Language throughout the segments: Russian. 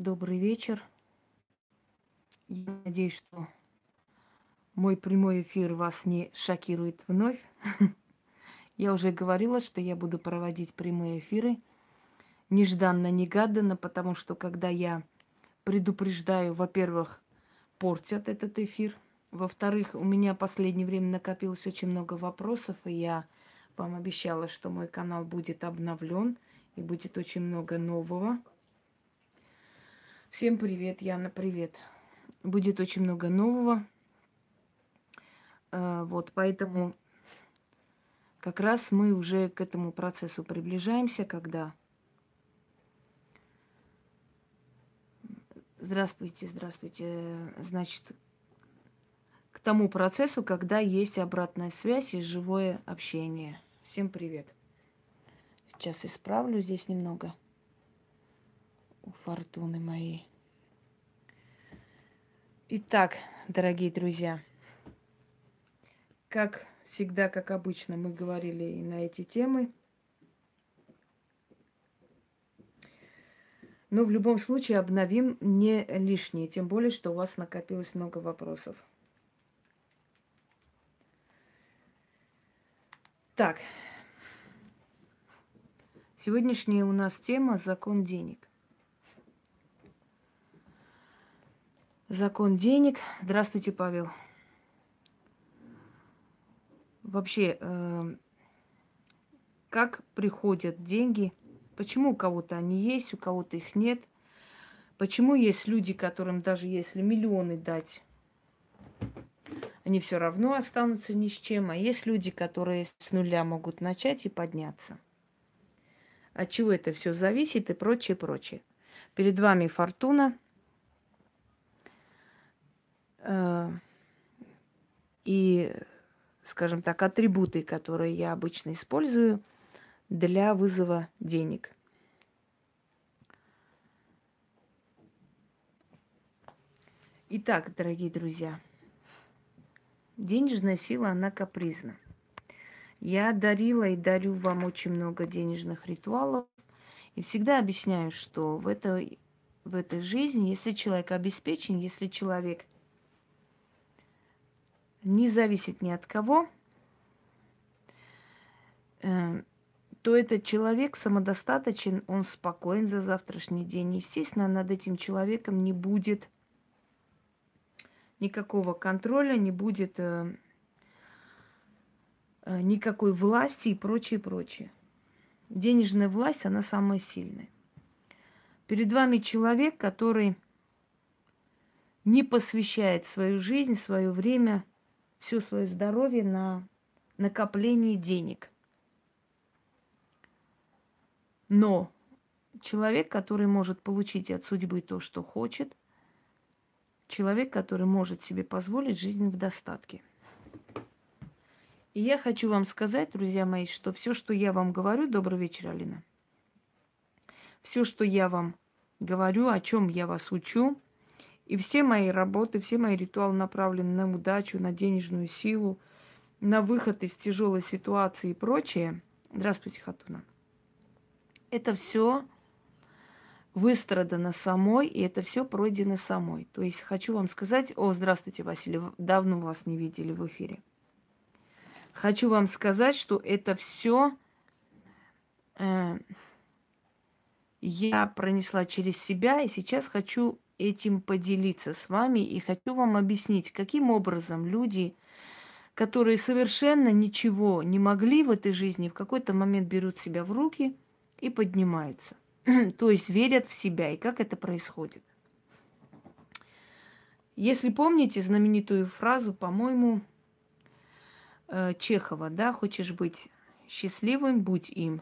Добрый вечер. Я надеюсь, что мой прямой эфир вас не шокирует вновь. Я уже говорила, что я буду проводить прямые эфиры нежданно-негаданно, потому что когда я предупреждаю, во-первых, портят этот эфир. Во-вторых, у меня в последнее время накопилось очень много вопросов, и я вам обещала, что мой канал будет обновлен и будет очень много нового. Всем привет, Яна, привет. Будет очень много нового. Вот, поэтому как раз мы уже к этому процессу приближаемся, когда... Здравствуйте, здравствуйте. Значит, к тому процессу, когда есть обратная связь и живое общение. Всем привет. Сейчас исправлю здесь немного у фортуны моей. Итак, дорогие друзья, как всегда, как обычно, мы говорили и на эти темы. Но в любом случае обновим не лишнее, тем более, что у вас накопилось много вопросов. Так, сегодняшняя у нас тема «Закон денег». Закон денег. Здравствуйте, Павел. Вообще, как приходят деньги? Почему у кого-то они есть, у кого-то их нет? Почему есть люди, которым даже если миллионы дать, они все равно останутся ни с чем? А есть люди, которые с нуля могут начать и подняться. От чего это все зависит и прочее, прочее. Перед вами фортуна. И, скажем так, атрибуты, которые я обычно использую для вызова денег. Итак, дорогие друзья, денежная сила, она капризна. Я дарила и дарю вам очень много денежных ритуалов. И всегда объясняю, что в этой жизни, если человек обеспечен, если человек не зависит ни от кого, то этот человек самодостаточен, он спокоен за завтрашний день. Естественно, над этим человеком не будет никакого контроля, не будет никакой власти и прочее, прочее. Денежная власть, она самая сильная. Перед вами человек, который не посвящает свою жизнь, свое время, все свое здоровье на накопление денег. Но человек, который может получить от судьбы то, что хочет, человек, который может себе позволить жизнь в достатке. И я хочу вам сказать, друзья мои, что все, что я вам говорю, добрый вечер, Алина. Все, что я вам говорю, о чем я вас учу, и все мои работы, все мои ритуалы направлены на удачу, на денежную силу, на выход из тяжелой ситуации и прочее. Здравствуйте, Хатуна. Это все выстрадано самой, и это все пройдено самой. То есть хочу вам сказать... здравствуйте, Василий, давно вас не видели в эфире. Хочу вам сказать, что это все я пронесла через себя, и сейчас хочу этим поделиться с вами, и хочу вам объяснить, каким образом люди, которые совершенно ничего не могли в этой жизни, в какой-то момент берут себя в руки и поднимаются. То есть верят в себя, и как это происходит. Если помните знаменитую фразу, по-моему, Чехова, да, хочешь быть счастливым, будь им.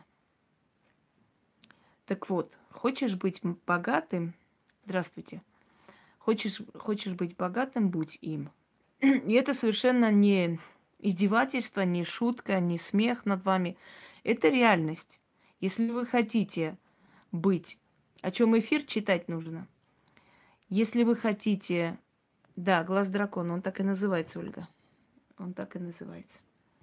Так вот, хочешь быть богатым, здравствуйте, хочешь быть богатым, будь им. И это совершенно не издевательство, не шутка, не смех над вами. Это реальность. Если вы хотите быть, о чем эфир читать нужно. Если вы хотите, да, глаз дракона, он так и называется, Ольга. Он так и называется.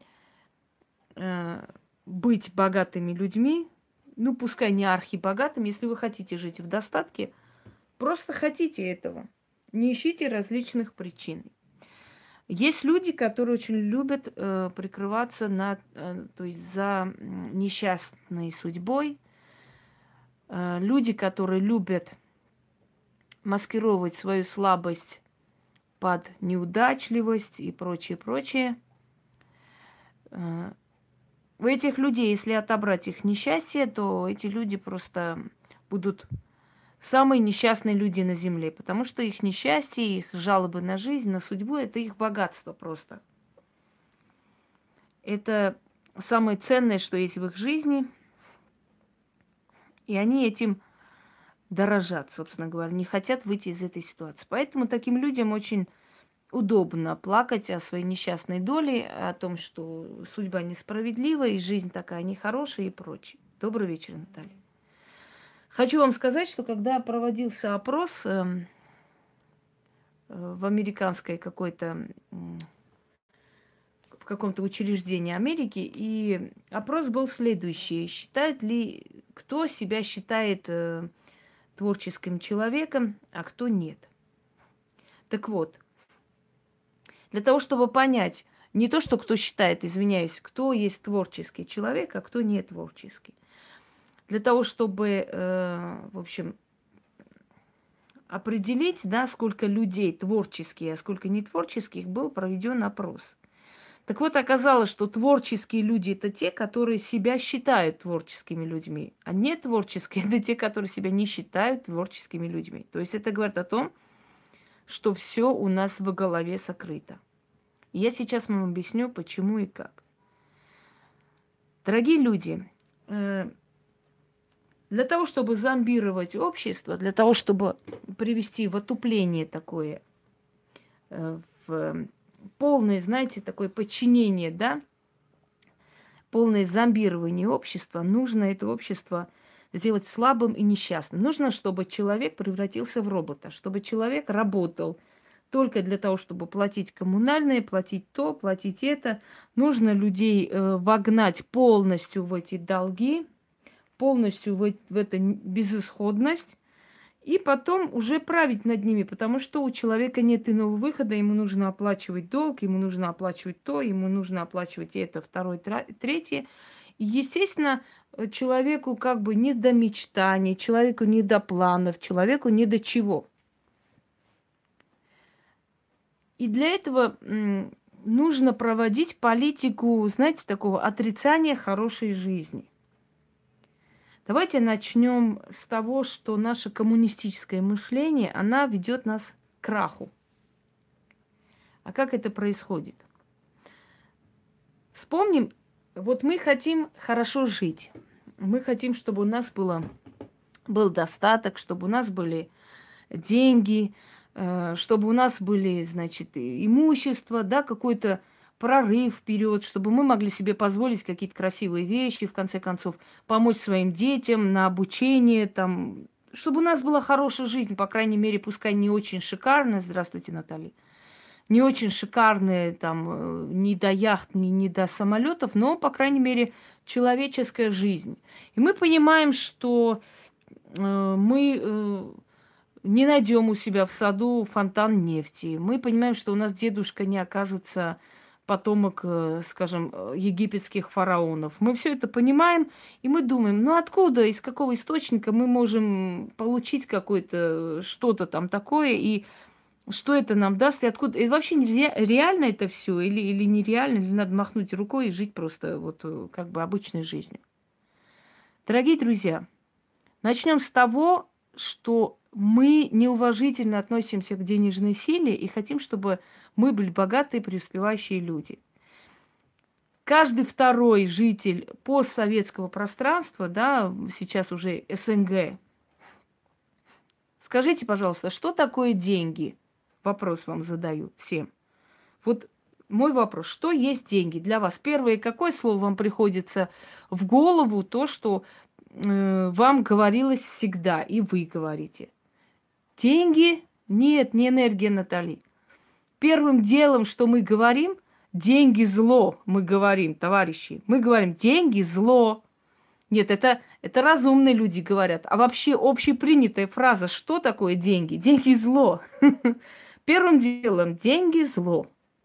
Быть богатыми людьми, ну, пускай не архибогатыми, если вы хотите жить в достатке, просто хотите этого. Не ищите различных причин. Есть люди, которые очень любят прикрываться то есть за несчастной судьбой. Люди, которые любят маскировать свою слабость под неудачливость и прочее, прочее. У этих людей, если отобрать их несчастье, то эти люди просто будут самые несчастные люди на земле, потому что их несчастье, их жалобы на жизнь, на судьбу – это их богатство просто. Это самое ценное, что есть в их жизни, и они этим дорожат, собственно говоря, не хотят выйти из этой ситуации. Поэтому таким людям очень удобно плакать о своей несчастной доле, о том, что судьба несправедлива, и жизнь такая нехорошая и прочее. Добрый вечер, Наталья. Хочу вам сказать, что когда проводился опрос в американской в каком-то учреждении Америки, и опрос был следующий. Кто себя считает творческим человеком, а кто нет. Так вот, для того, чтобы понять, не то, что кто считает, извиняюсь, кто есть творческий человек, а кто не творческий. Для того, чтобы, в общем, определить, да, сколько людей творческих, а сколько не творческих, был проведен опрос. Так вот, оказалось, что творческие люди – это те, которые себя считают творческими людьми, а не творческие – это те, которые себя не считают творческими людьми. То есть это говорит о том, что все у нас в голове сокрыто. И я сейчас вам объясню, почему и как. Дорогие люди, для того, чтобы зомбировать общество, для того, чтобы привести в отупление такое, в полное, знаете, такое подчинение, да, полное зомбирование общества, нужно это общество сделать слабым и несчастным. Нужно, чтобы человек превратился в робота, чтобы человек работал только для того, чтобы платить коммунальные, платить то, платить это. Нужно людей вогнать полностью в эти долги, полностью в эту безысходность, и потом уже править над ними, потому что у человека нет иного выхода, ему нужно оплачивать долг, ему нужно оплачивать то, ему нужно оплачивать это, второе, третье. И, естественно, человеку как бы не до мечтаний, человеку не до планов, человеку не до чего. И для этого нужно проводить политику, знаете, такого отрицания хорошей жизни. Давайте начнем с того, что наше коммунистическое мышление, она ведет нас к краху. А как это происходит? Вспомним, вот мы хотим хорошо жить. Мы хотим, чтобы у нас был достаток, чтобы у нас были деньги, чтобы у нас были, значит, имущество, да, какой-то прорыв вперед, чтобы мы могли себе позволить какие-то красивые вещи, в конце концов, помочь своим детям на обучение, там, чтобы у нас была хорошая жизнь, по крайней мере, пускай не очень шикарная, здравствуйте, Наталья, не очень шикарная, там, ни до яхт, ни до самолетов, но, по крайней мере, человеческая жизнь. И мы понимаем, что мы не найдем у себя в саду фонтан нефти. Мы понимаем, что у нас дедушка не окажется потомок, скажем, египетских фараонов. Мы все это понимаем, и мы думаем, ну откуда, из какого источника мы можем получить какое-то что-то там такое, и что это нам даст, и откуда. И вообще реально это все, или нереально, или надо махнуть рукой и жить просто вот как бы обычной жизнью. Дорогие друзья, начнем с того, что мы неуважительно относимся к денежной силе и хотим, чтобы мы были богатые, преуспевающие люди. Каждый второй житель постсоветского пространства, да, сейчас уже СНГ, скажите, пожалуйста, что такое деньги? Вопрос вам задаю всем. Вот мой вопрос, что есть деньги для вас? Первое, какое слово вам приходится в голову, то, что вам говорилось всегда, и вы говорите? Деньги? Нет, не энергия, Наталья. Первым делом, что мы говорим, деньги зло, мы говорим, товарищи. Мы говорим, деньги зло. Нет, это разумные люди говорят. А вообще общепринятая фраза, что такое деньги? Деньги зло. Первым делом, деньги зло.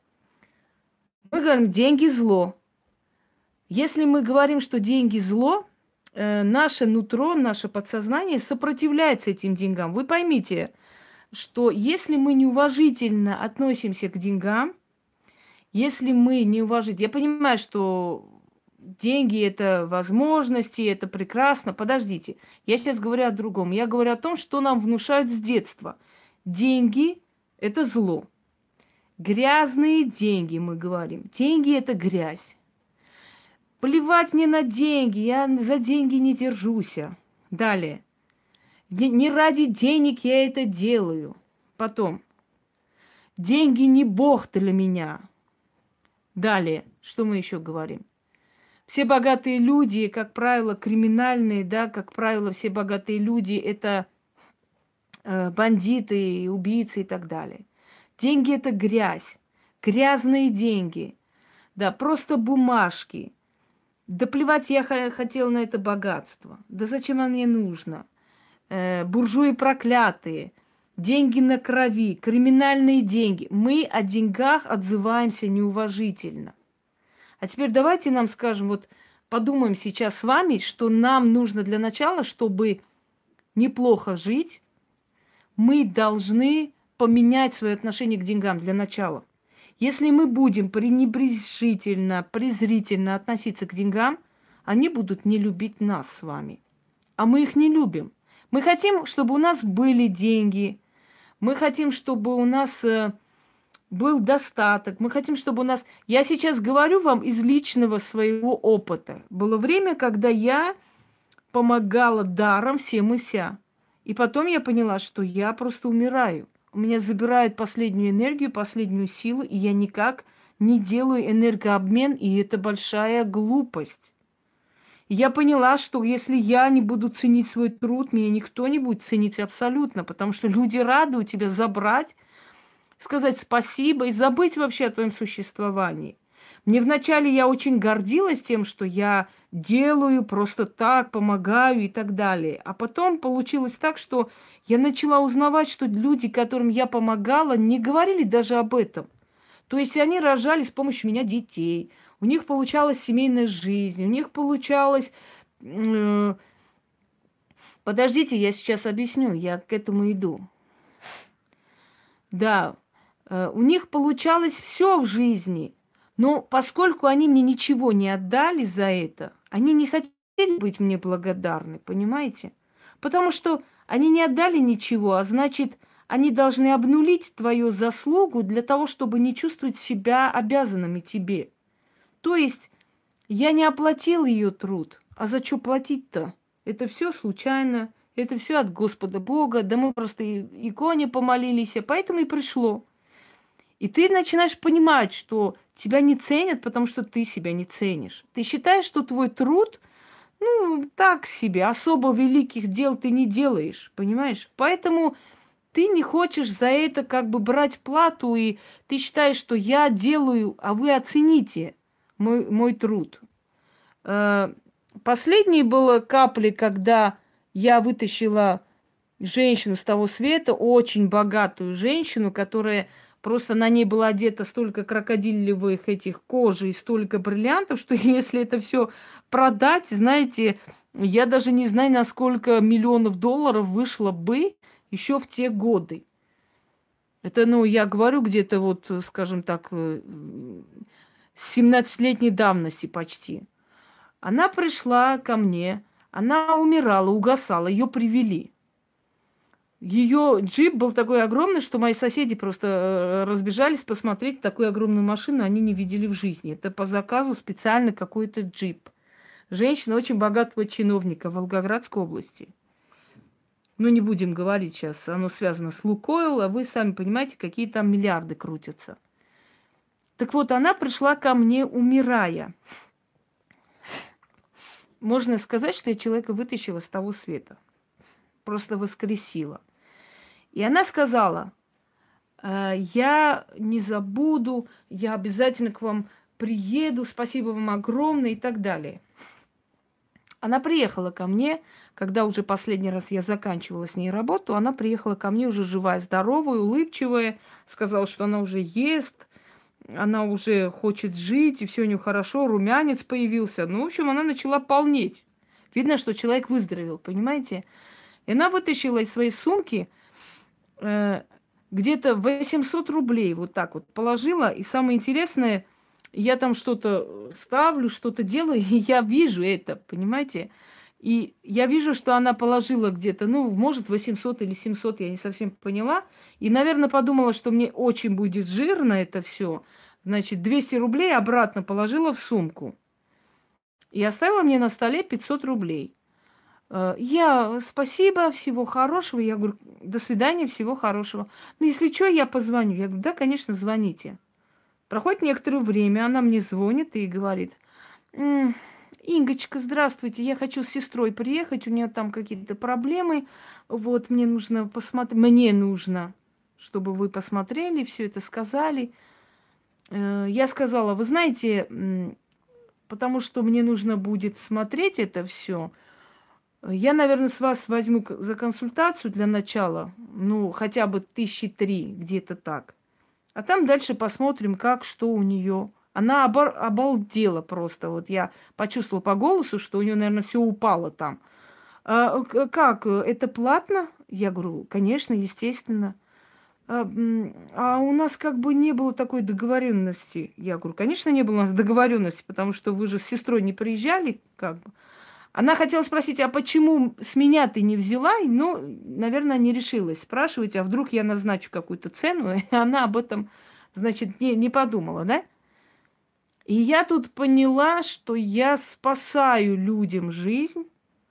Мы говорим, деньги зло. Если мы говорим, что деньги зло, наше нутро, наше подсознание сопротивляется этим деньгам. Вы поймите, что если мы неуважительно относимся к деньгам, если мы неуважительно... Я понимаю, что деньги – это возможности, это прекрасно. Подождите, я сейчас говорю о другом. Я говорю о том, что нам внушают с детства. Деньги – это зло. Грязные деньги, мы говорим. Деньги – это грязь. Плевать мне на деньги, я за деньги не держусь. Далее. Не ради денег я это делаю. Потом. Деньги не Бог для меня. Далее. Что мы еще говорим? Все богатые люди, как правило, криминальные, да, как правило, все богатые люди – это бандиты, убийцы и так далее. Деньги – это грязь. Грязные деньги. Да, просто бумажки. Да плевать я хотела на это богатство. Да зачем оно мне нужно? Буржуи проклятые. Деньги на крови. Криминальные деньги. Мы о деньгах отзываемся неуважительно. А теперь давайте нам скажем, вот подумаем сейчас с вами, что нам нужно для начала, чтобы неплохо жить, мы должны поменять свое отношение к деньгам для начала. Если мы будем пренебрежительно, презрительно относиться к деньгам, они будут не любить нас с вами. А мы их не любим. Мы хотим, чтобы у нас были деньги. Мы хотим, чтобы у нас был достаток. Мы хотим, чтобы у нас... Я сейчас говорю вам из личного своего опыта. Было время, когда я помогала даром всем и ся. И потом я поняла, что я просто умираю. У меня забирают последнюю энергию, последнюю силу, и я никак не делаю энергообмен, и это большая глупость. И я поняла, что если я не буду ценить свой труд, меня никто не будет ценить абсолютно, потому что люди рады у тебя забрать, сказать спасибо и забыть вообще о твоем существовании. Мне вначале я очень гордилась тем, что я делаю просто так, помогаю и так далее. А потом получилось так, что я начала узнавать, что люди, которым я помогала, не говорили даже об этом. То есть они рожали с помощью меня детей, у них получалась семейная жизнь, у них получалось... Подождите, я сейчас объясню, я к этому иду. Да, у них получалось все в жизни. Но поскольку они мне ничего не отдали за это, они не хотели быть мне благодарны, понимаете? Потому что они не отдали ничего, а значит, они должны обнулить твою заслугу для того, чтобы не чувствовать себя обязанными тебе. То есть я не оплатил ее труд, а за что платить-то? Это все случайно, это все от Господа Бога, да мы просто иконе помолились, поэтому и пришло. И ты начинаешь понимать, что тебя не ценят, потому что ты себя не ценишь. Ты считаешь, что твой труд, так себе, особо великих дел ты не делаешь, понимаешь? Поэтому ты не хочешь за это как бы брать плату, и ты считаешь, что я делаю, а вы оцените мой труд. Последней было капли, когда я вытащила женщину с того света, очень богатую женщину, которая... Просто на ней было одето столько крокодилевых этих кожи и столько бриллиантов, что если это все продать, знаете, я даже не знаю, на сколько миллионов долларов вышло бы еще в те годы. Это, я говорю, где-то вот, скажем так, с 17-летней давности почти. Она пришла ко мне, она умирала, угасала, ее привели. Ее джип был такой огромный, что мои соседи просто разбежались посмотреть такую огромную машину, они не видели в жизни. Это по заказу специально какой-то джип. Женщина очень богатого чиновника в Волгоградской области. Не будем говорить сейчас, оно связано с Лукойл, а вы сами понимаете, какие там миллиарды крутятся. Так вот, она пришла ко мне, умирая. Можно сказать, что я человека вытащила с того света. Просто воскресила. И она сказала, я не забуду, я обязательно к вам приеду, спасибо вам огромное и так далее. Она приехала ко мне, когда уже последний раз я заканчивала с ней работу, она приехала ко мне уже живая, здоровая, улыбчивая, сказала, что она уже ест, она уже хочет жить, и все у нее хорошо, румянец появился. Ну, в общем, она начала полнеть. Видно, что человек выздоровел, понимаете? И она вытащила из своей сумки где-то 800 рублей, вот так вот положила. И самое интересное, я там что-то ставлю, что-то делаю, и я вижу это, понимаете? И я вижу, что она положила где-то, ну, может, 800 или 700, я не совсем поняла. И, наверное, подумала, что мне очень будет жирно это все. Значит, 200 рублей обратно положила в сумку. И оставила мне на столе 500 рублей. Я, спасибо, всего хорошего. Я говорю, до свидания, всего хорошего. Ну, если что, я позвоню. Я говорю, да, конечно, звоните. Проходит некоторое время, она мне звонит и говорит, Ингочка, здравствуйте, я хочу с сестрой приехать, у нее там какие-то проблемы, вот, мне нужно посмотреть, мне нужно, чтобы вы посмотрели, все это сказали. Я сказала, вы знаете, потому что мне нужно будет смотреть это все, я, наверное, с вас возьму за консультацию для начала, ну, хотя бы 1003, где-то так. А там дальше посмотрим, как, что у нее. Она обалдела просто. Вот я почувствовала по голосу, что у нее, наверное, все упало там. Как? Это платно? Я говорю, конечно, естественно. А у нас как бы не было такой договоренности. Я говорю, конечно, не было у нас договоренности, потому что вы же с сестрой не приезжали, как бы. Она хотела спросить, а почему с меня ты не взяла? Ну, наверное, не решилась спрашивать, а вдруг я назначу какую-то цену, и она об этом, значит, не подумала, да? И я тут поняла, что я спасаю людям жизнь.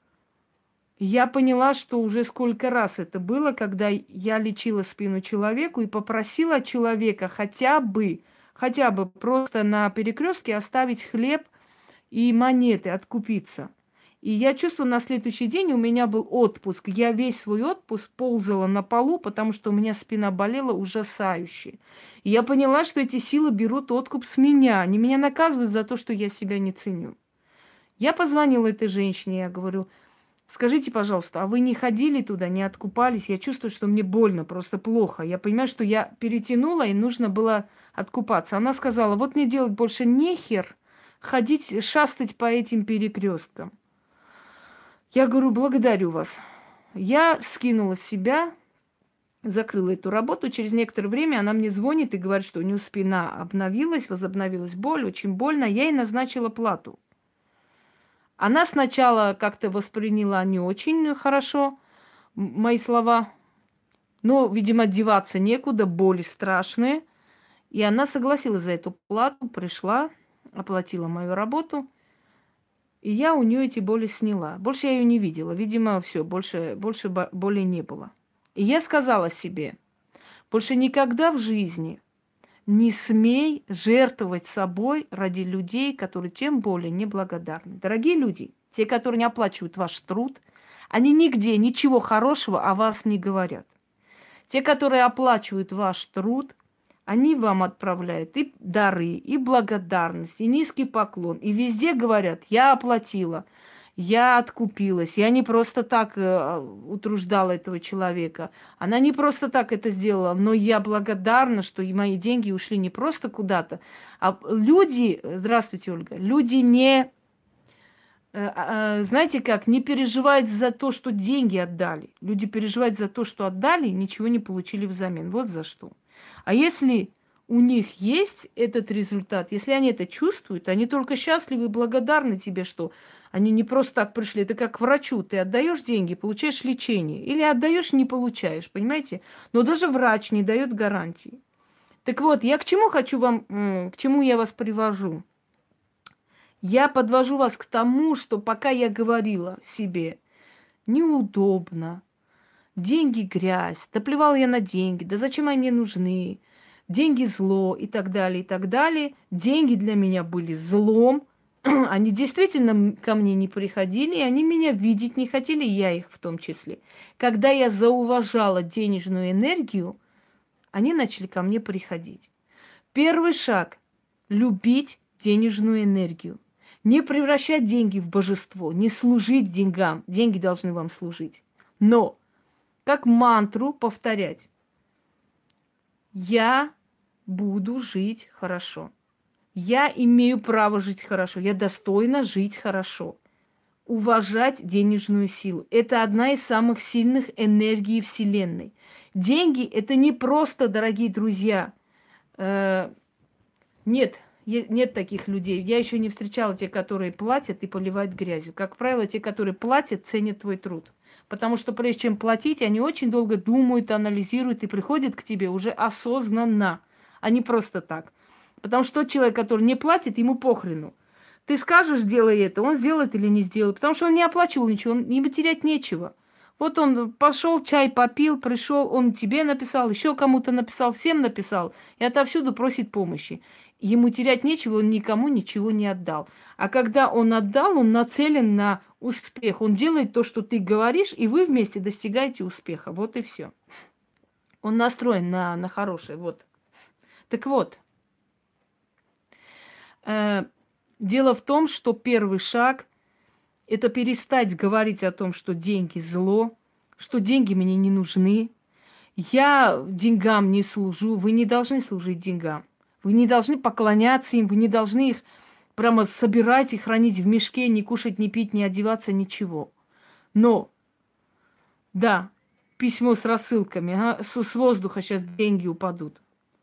Я поняла, что уже сколько раз это было, когда я лечила спину человеку и попросила человека хотя бы просто на перекрестке оставить хлеб и монеты, откупиться. И я чувствую, на следующий день у меня был отпуск. Я весь свой отпуск ползала на полу, потому что у меня спина болела ужасающе. И я поняла, что эти силы берут откуп с меня. Они меня наказывают за то, что я себя не ценю. Я позвонила этой женщине, я говорю, скажите, пожалуйста, а вы не ходили туда, не откупались? Я чувствую, что мне больно, просто плохо. Я понимаю, что я перетянула, и нужно было откупаться. Она сказала, вот мне делать больше нехер ходить, шастать по этим перекресткам. Я говорю, благодарю вас. Я скинула с себя, закрыла эту работу. Через некоторое время она мне звонит и говорит, что у нее спина обновилась, возобновилась боль, очень больно. Я ей назначила плату. Она сначала как-то восприняла не очень хорошо мои слова, но, видимо, деваться некуда, боли страшные. И она согласилась за эту плату, пришла, оплатила мою работу. И я у нее эти боли сняла. Больше я ее не видела. Видимо, все, больше боли не было. И я сказала себе, больше никогда в жизни не смей жертвовать собой ради людей, которые тем более неблагодарны. Дорогие люди, те, которые не оплачивают ваш труд, они нигде ничего хорошего о вас не говорят. Те, которые оплачивают ваш труд, они вам отправляют и дары, и благодарность, и низкий поклон. И везде говорят, я оплатила, я откупилась, я не просто так утруждала этого человека. Она не просто так это сделала, но я благодарна, что и мои деньги ушли не просто куда-то. А люди, здравствуйте, Ольга, люди не, знаете как, не переживают за то, что деньги отдали. Люди переживают за то, что отдали, и ничего не получили взамен. Вот за что. А если у них есть этот результат, если они это чувствуют, они только счастливы и благодарны тебе, что они не просто так пришли. Это как к врачу. Ты отдаешь деньги, получаешь лечение. Или отдаешь, не получаешь, понимаете? Но даже врач не дает гарантии. Так вот, я к чему хочу вам, к чему я вас привожу? Я подвожу вас к тому, что пока я говорила себе, неудобно, деньги грязь, да плевал я на деньги, да зачем они мне нужны, деньги зло и так далее, и так далее. Деньги для меня были злом, они действительно ко мне не приходили, и они меня видеть не хотели, и я их в том числе. Когда я зауважала денежную энергию, они начали ко мне приходить. Первый шаг – любить денежную энергию. Не превращать деньги в божество, не служить деньгам. Деньги должны вам служить. Но как мантру повторять. Я буду жить хорошо. Я имею право жить хорошо. Я достойна жить хорошо. Уважать денежную силу. Это одна из самых сильных энергий Вселенной. Деньги – это не просто, дорогие друзья. Нет таких людей. Я еще не встречала тех, которые платят и поливают грязью. Как правило, те, которые платят, ценят твой труд. Потому что прежде чем платить, они очень долго думают, анализируют и приходят к тебе уже осознанно, а не просто так. Потому что тот человек, который не платит, ему похрену. Ты скажешь, сделай это, он сделает или не сделает. Потому что он не оплачивал ничего, ему терять нечего. Вот он пошел, чай попил, пришел, он тебе написал, еще кому-то написал, всем написал. И отовсюду просит помощи. Ему терять нечего, он никому ничего не отдал. А когда он отдал, он нацелен на успех. Он делает то, что ты говоришь, и вы вместе достигаете успеха. Вот и все. Он настроен на хорошее. Вот. Так вот. Дело в том, что первый шаг – это перестать говорить о том, что деньги – зло, что деньги мне не нужны. Я деньгам не служу. Вы не должны служить деньгам. Вы не должны поклоняться им, вы не должны их прямо собирать и хранить в мешке, не кушать, не пить, не одеваться, ничего. Но, да, письмо с рассылками, с воздуха сейчас деньги упадут.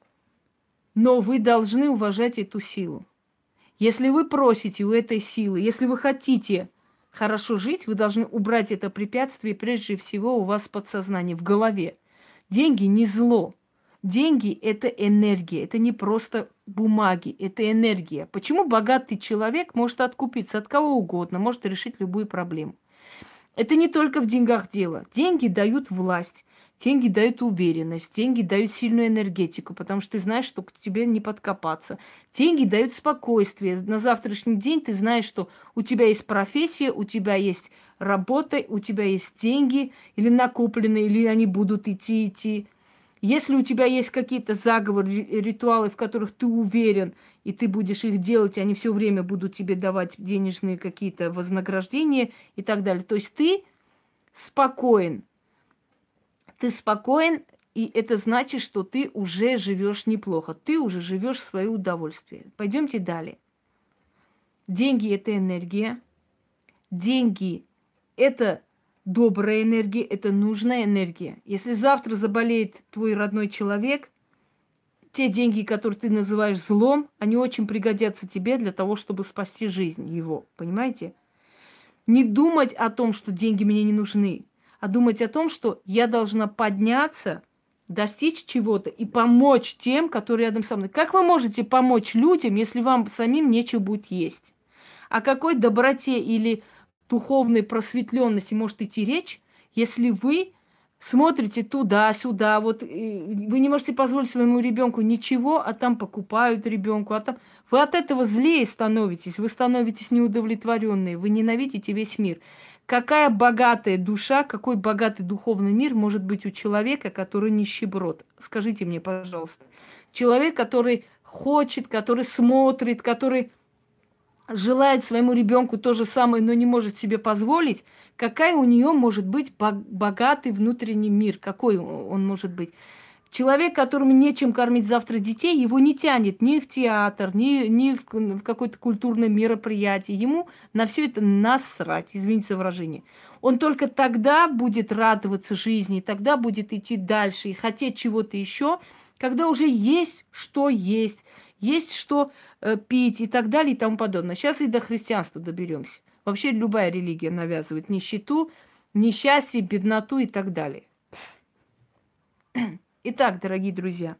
Но вы должны уважать эту силу. Если вы просите у этой силы, если вы хотите хорошо жить, вы должны убрать это препятствие прежде всего у вас в подсознании, в голове. Деньги не зло. Деньги – это энергия, это не просто бумаги, это энергия. Почему богатый человек может откупиться от кого угодно, может решить любую проблему? Это не только в деньгах дело. Деньги дают власть, деньги дают уверенность, деньги дают сильную энергетику, потому что ты знаешь, что к тебе не подкопаться. Деньги дают спокойствие. На завтрашний день ты знаешь, что у тебя есть профессия, у тебя есть работа, у тебя есть деньги, или накопленные, или они будут идти. Если у тебя есть какие-то заговоры, ритуалы, в которых ты уверен, и ты будешь их делать, и они все время будут тебе давать денежные какие-то вознаграждения и так далее. То есть ты спокоен. Ты спокоен, и это значит, что ты уже живешь неплохо. Ты уже живешь в свое удовольствие. Пойдемте далее. Деньги – это энергия. Деньги – это добрая энергия, это нужная энергия. Если завтра заболеет твой родной человек, те деньги, которые ты называешь злом, они очень пригодятся тебе для того, чтобы спасти жизнь его. Понимаете? Не думать о том, что деньги мне не нужны, а думать о том, что я должна подняться, достичь чего-то и помочь тем, которые рядом со мной. Как вы можете помочь людям, если вам самим нечего будет есть? О какой доброте или духовной просветленности может идти речь, если вы смотрите туда-сюда, вот вы не можете позволить своему ребенку ничего, а там покупают ребенку, а там вы от этого злее становитесь, вы становитесь неудовлетворенные, вы ненавидите весь мир. Какая богатая душа, какой богатый духовный мир может быть у человека, который нищеброд? Скажите мне, пожалуйста. Человек, который хочет, который смотрит, который желает своему ребенку то же самое, но не может себе позволить, какая у нее может быть богатый внутренний мир, какой он может быть. Человек, которому нечем кормить завтра детей, его не тянет ни в театр, ни в какое-то культурное мероприятие. Ему на все это насрать, извините за выражение. Он только тогда будет радоваться жизни, тогда будет идти дальше и хотеть чего-то еще, когда уже есть что есть. Есть что пить и так далее и тому подобное. Сейчас и до христианства доберемся. Вообще любая религия навязывает нищету, несчастье, бедноту и так далее. Итак, дорогие друзья,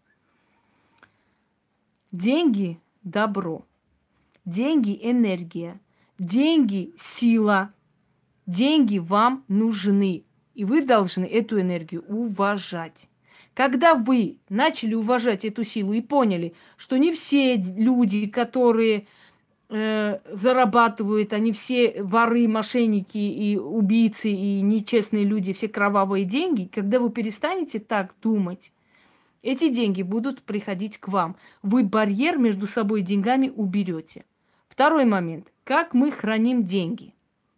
деньги – добро, деньги – энергия, деньги – сила, деньги вам нужны, и вы должны эту энергию уважать. Когда вы начали уважать эту силу и поняли, что не все люди, которые зарабатывают, они все воры, мошенники и убийцы, и нечестные люди, все кровавые деньги, когда вы перестанете так думать, эти деньги будут приходить к вам. Вы барьер между собой и деньгами уберете. Второй момент. Как мы храним деньги?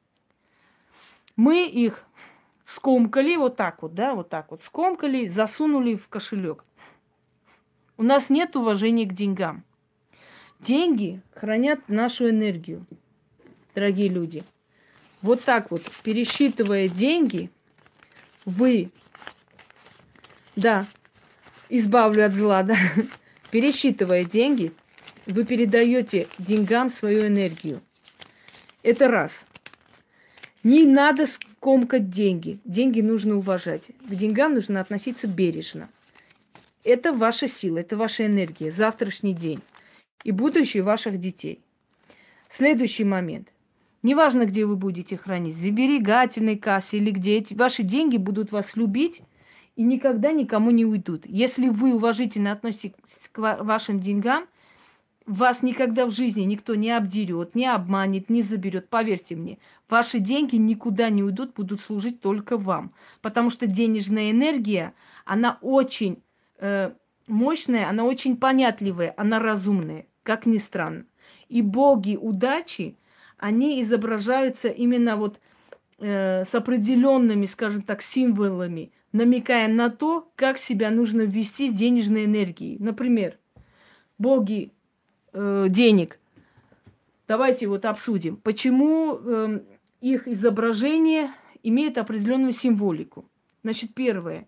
Мы их скомкали вот так вот, да, вот так вот скомкали, засунули в кошелек. У нас нет уважения к деньгам. Деньги хранят нашу энергию, дорогие люди. Вот так вот, пересчитывая деньги, вы, да, избавлю от зла, да, пересчитывая деньги, вы передаете деньгам свою энергию. Это раз. Не надо скомкать деньги. Деньги нужно уважать. К деньгам нужно относиться бережно. Это ваша сила, это ваша энергия, завтрашний день и будущее ваших детей. Следующий момент. Неважно, где вы будете хранить, в сберегательной кассе или где, эти ваши деньги будут вас любить и никогда никому не уйдут. Если вы уважительно относитесь к вашим деньгам, вас никогда в жизни никто не обдерет, не обманет, не заберет. Поверьте мне, ваши деньги никуда не уйдут, будут служить только вам. Потому что денежная энергия, она очень мощная, она очень понятливая, она разумная, как ни странно. И боги удачи, они изображаются именно вот с определенными, скажем так, символами, намекая на то, как себя нужно вести с денежной энергией. Например, боги денег. Давайте вот обсудим, почему их изображение имеет определенную символику. Значит, первое.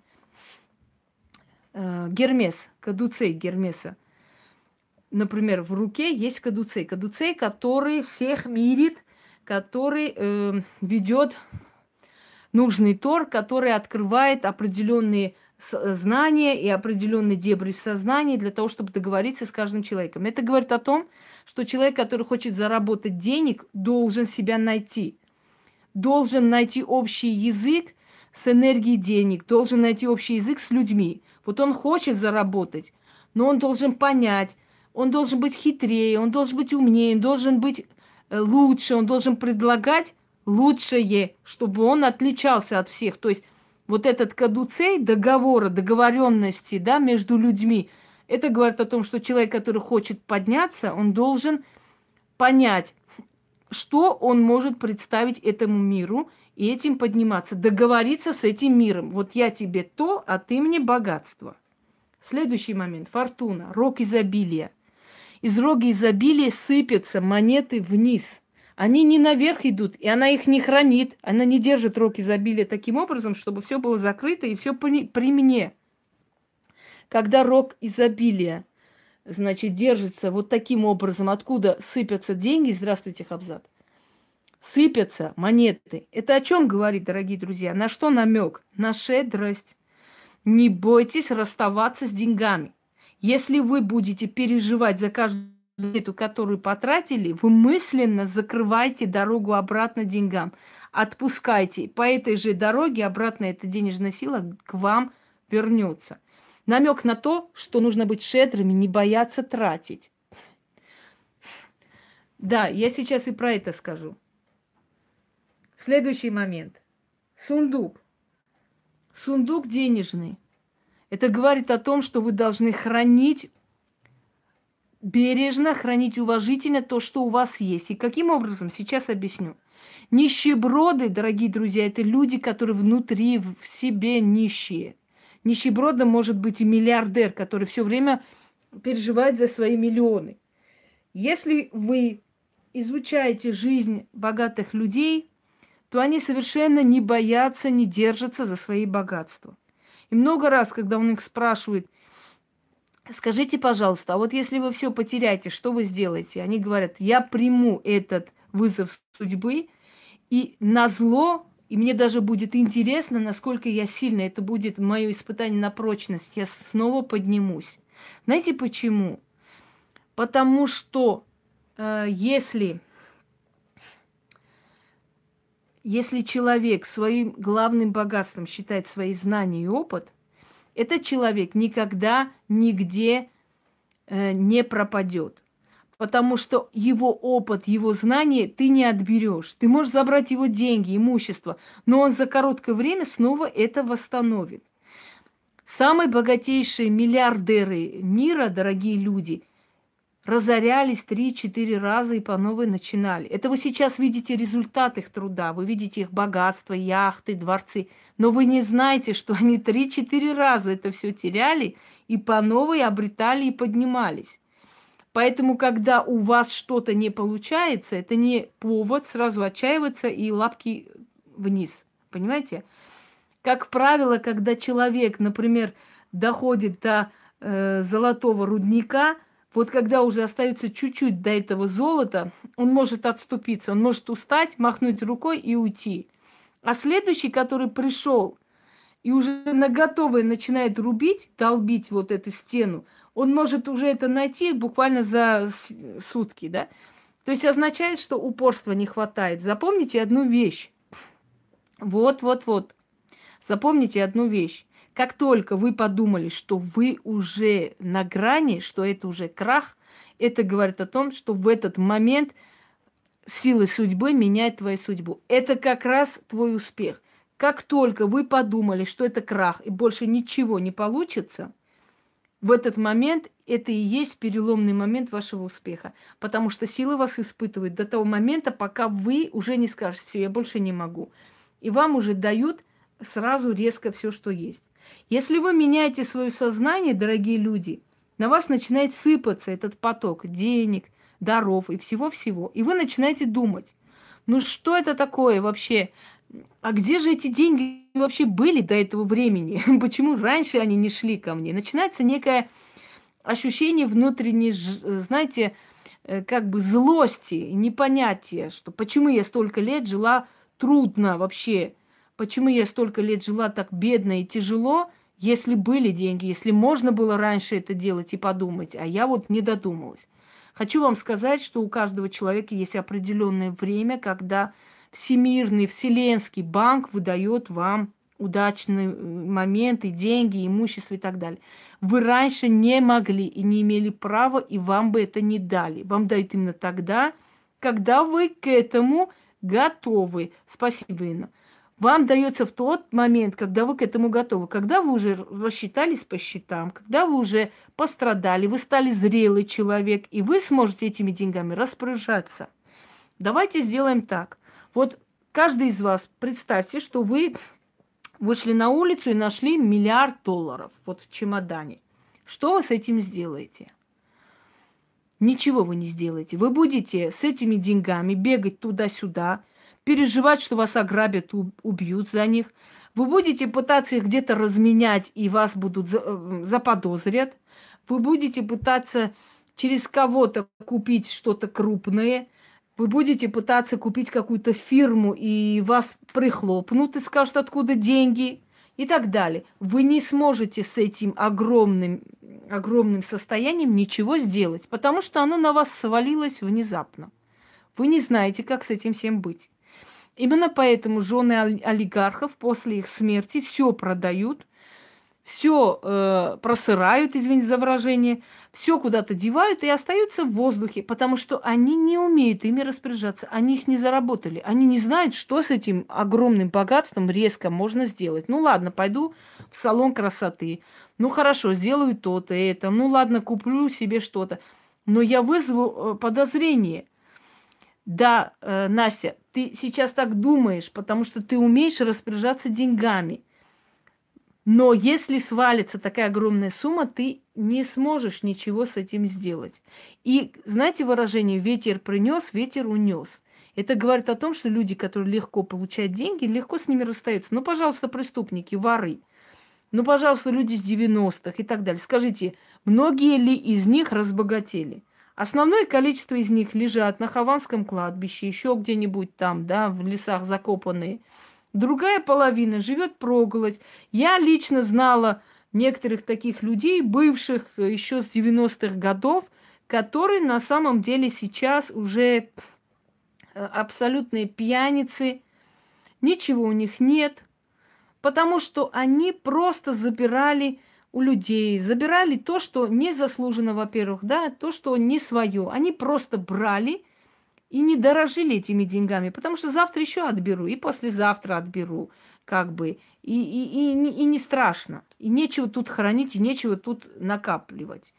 Гермес, кадуцей Гермеса. Например, в руке есть кадуцей. Кадуцей, который всех мирит, который ведет нужный торг, который открывает определенные знания и определенные дебри в сознании для того, чтобы договориться с каждым человеком. Это говорит о том, что человек, который хочет заработать денег, должен себя найти. Должен найти общий язык с энергией денег, должен найти общий язык с людьми. Вот он хочет заработать, но он должен понять, он должен быть хитрее, он должен быть умнее, он должен быть лучше, он должен предлагать лучшее, чтобы он отличался от всех. То есть вот этот кадуцей договора, договоренности, да, между людьми, это говорит о том, что человек, который хочет подняться, он должен понять, что он может представить этому миру и этим подниматься, договориться с этим миром. Вот я тебе то, а ты мне богатство. Следующий момент. Фортуна, рог изобилия. Из рога изобилия сыпятся монеты вниз. Они не наверх идут, и она их не хранит. Она не держит рог изобилия таким образом, чтобы все было закрыто и все при мне. Когда рог изобилия, значит, держится вот таким образом, откуда сыпятся деньги, здравствуйте, Хабзат, сыпятся монеты. Это о чем говорит, дорогие друзья? На что намек? На щедрость. Не бойтесь расставаться с деньгами. Если вы будете переживать за каждую монету, которую потратили, вы мысленно закрываете дорогу обратно деньгам. Отпускайте. По этой же дороге обратно эта денежная сила к вам вернется. Намек на то, что нужно быть щедрыми, не бояться тратить. Да, я сейчас и про это скажу. Следующий момент. Сундук. Сундук денежный. Это говорит о том, что вы должны хранить бережно, хранить уважительно то, что у вас есть. И каким образом? Сейчас объясню. Нищеброды, дорогие друзья, это люди, которые внутри, в себе нищие. Нищебродом может быть и миллиардер, который все время переживает за свои миллионы. Если вы изучаете жизнь богатых людей, то они совершенно не боятся, не держатся за свои богатства. И много раз, когда он их спрашивает, скажите, пожалуйста, а вот если вы все потеряете, что вы сделаете? Они говорят, я приму этот вызов судьбы, и назло, и мне даже будет интересно, насколько я сильна, это будет мое испытание на прочность, я снова поднимусь. Знаете почему? Потому что если человек своим главным богатством считает свои знания и опыт, этот человек никогда нигде не пропадет. Потому что его опыт, его знания ты не отберешь. Ты можешь забрать его деньги, имущество, но он за короткое время снова это восстановит. Самые богатейшие миллиардеры мира, дорогие люди, разорялись 3-4 раза и по новой начинали. Это вы сейчас видите результат их труда, вы видите их богатство, яхты, дворцы, но вы не знаете, что они 3-4 раза это все теряли и по новой обретали и поднимались. Поэтому, когда у вас что-то не получается, это не повод сразу отчаиваться и лапки вниз. Понимаете? Как правило, когда человек, например, доходит до золотого рудника, вот когда уже остается чуть-чуть до этого золота, он может отступиться, он может устать, махнуть рукой и уйти. А следующий, который пришел и уже на готовое начинает рубить, долбить вот эту стену, он может уже это найти буквально за сутки, да? То есть означает, что упорства не хватает. Запомните одну вещь. Вот. Запомните одну вещь. Как только вы подумали, что вы уже на грани, что это уже крах, это говорит о том, что в этот момент силы судьбы меняют твою судьбу. Это как раз твой успех. Как только вы подумали, что это крах и больше ничего не получится, в этот момент это и есть переломный момент вашего успеха. Потому что силы вас испытывают до того момента, пока вы уже не скажете: все, я больше не могу. И вам уже дают сразу резко все, что есть. Если вы меняете свое сознание, дорогие люди, на вас начинает сыпаться этот поток денег, даров и всего-всего. И вы начинаете думать: ну что это такое вообще? А где же эти деньги вообще были до этого времени? Почему раньше они не шли ко мне? Начинается некое ощущение внутренней, знаете, как бы злости, непонятия, что почему я столько лет жила трудно вообще, почему я столько лет жила так бедно и тяжело, если были деньги, если можно было раньше это делать и подумать, а я вот не додумалась. Хочу вам сказать, что у каждого человека есть определенное время, когда Всемирный, Вселенский банк выдает вам удачные моменты, деньги, имущество и так далее. Вы раньше не могли и не имели права, и вам бы это не дали. Вам дают именно тогда, когда вы к этому готовы. Спасибо, Инна. Вам дается в тот момент, когда вы к этому готовы, когда вы уже рассчитались по счетам, когда вы уже пострадали, вы стали зрелый человек, и вы сможете этими деньгами распоряжаться. Давайте сделаем так. Вот каждый из вас, представьте, что вы вышли на улицу и нашли $1 миллиард вот в чемодане. Что вы с этим сделаете? Ничего вы не сделаете. Вы будете с этими деньгами бегать туда-сюда, переживать, что вас ограбят, убьют за них. Вы будете пытаться их где-то разменять, и вас будут заподозрят. Вы будете пытаться через кого-то купить что-то крупное. Вы будете пытаться купить какую-то фирму, и вас прихлопнут и скажут, откуда деньги, и так далее. Вы не сможете с этим огромным состоянием ничего сделать, потому что оно на вас свалилось внезапно. Вы не знаете, как с этим всем быть. Именно поэтому жены олигархов после их смерти все продают, все просырают, извините за выражение, все куда-то девают и остаются в воздухе, потому что они не умеют ими распоряжаться, они их не заработали, они не знают, что с этим огромным богатством резко можно сделать. Ну ладно, пойду в салон красоты, ну хорошо, сделаю то-то, это, ну ладно, куплю себе что-то, но я вызову подозрение. Да, Настя, ты сейчас так думаешь, потому что ты умеешь распоряжаться деньгами. Но если свалится такая огромная сумма, ты не сможешь ничего с этим сделать. И знаете выражение «ветер принес, ветер унес». Это говорит о том, что люди, которые легко получают деньги, легко с ними расстаются. Ну, пожалуйста, преступники, воры. Ну, пожалуйста, люди с 90-х и так далее. Скажите, многие ли из них разбогатели? Основное количество из них лежат на Хованском кладбище, еще где-нибудь там, да, в лесах закопанные. Другая половина живет проголодь. Я лично знала некоторых таких людей, бывших еще с 90-х годов, которые на самом деле сейчас уже абсолютные пьяницы, ничего у них нет, потому что они просто забирали у людей, забирали то, что не заслужено, во-первых, да, то, что не свое. Они просто брали и не дорожили этими деньгами, потому что завтра еще отберу, и послезавтра отберу, как бы, и не страшно. И нечего тут хранить, и нечего тут накапливать.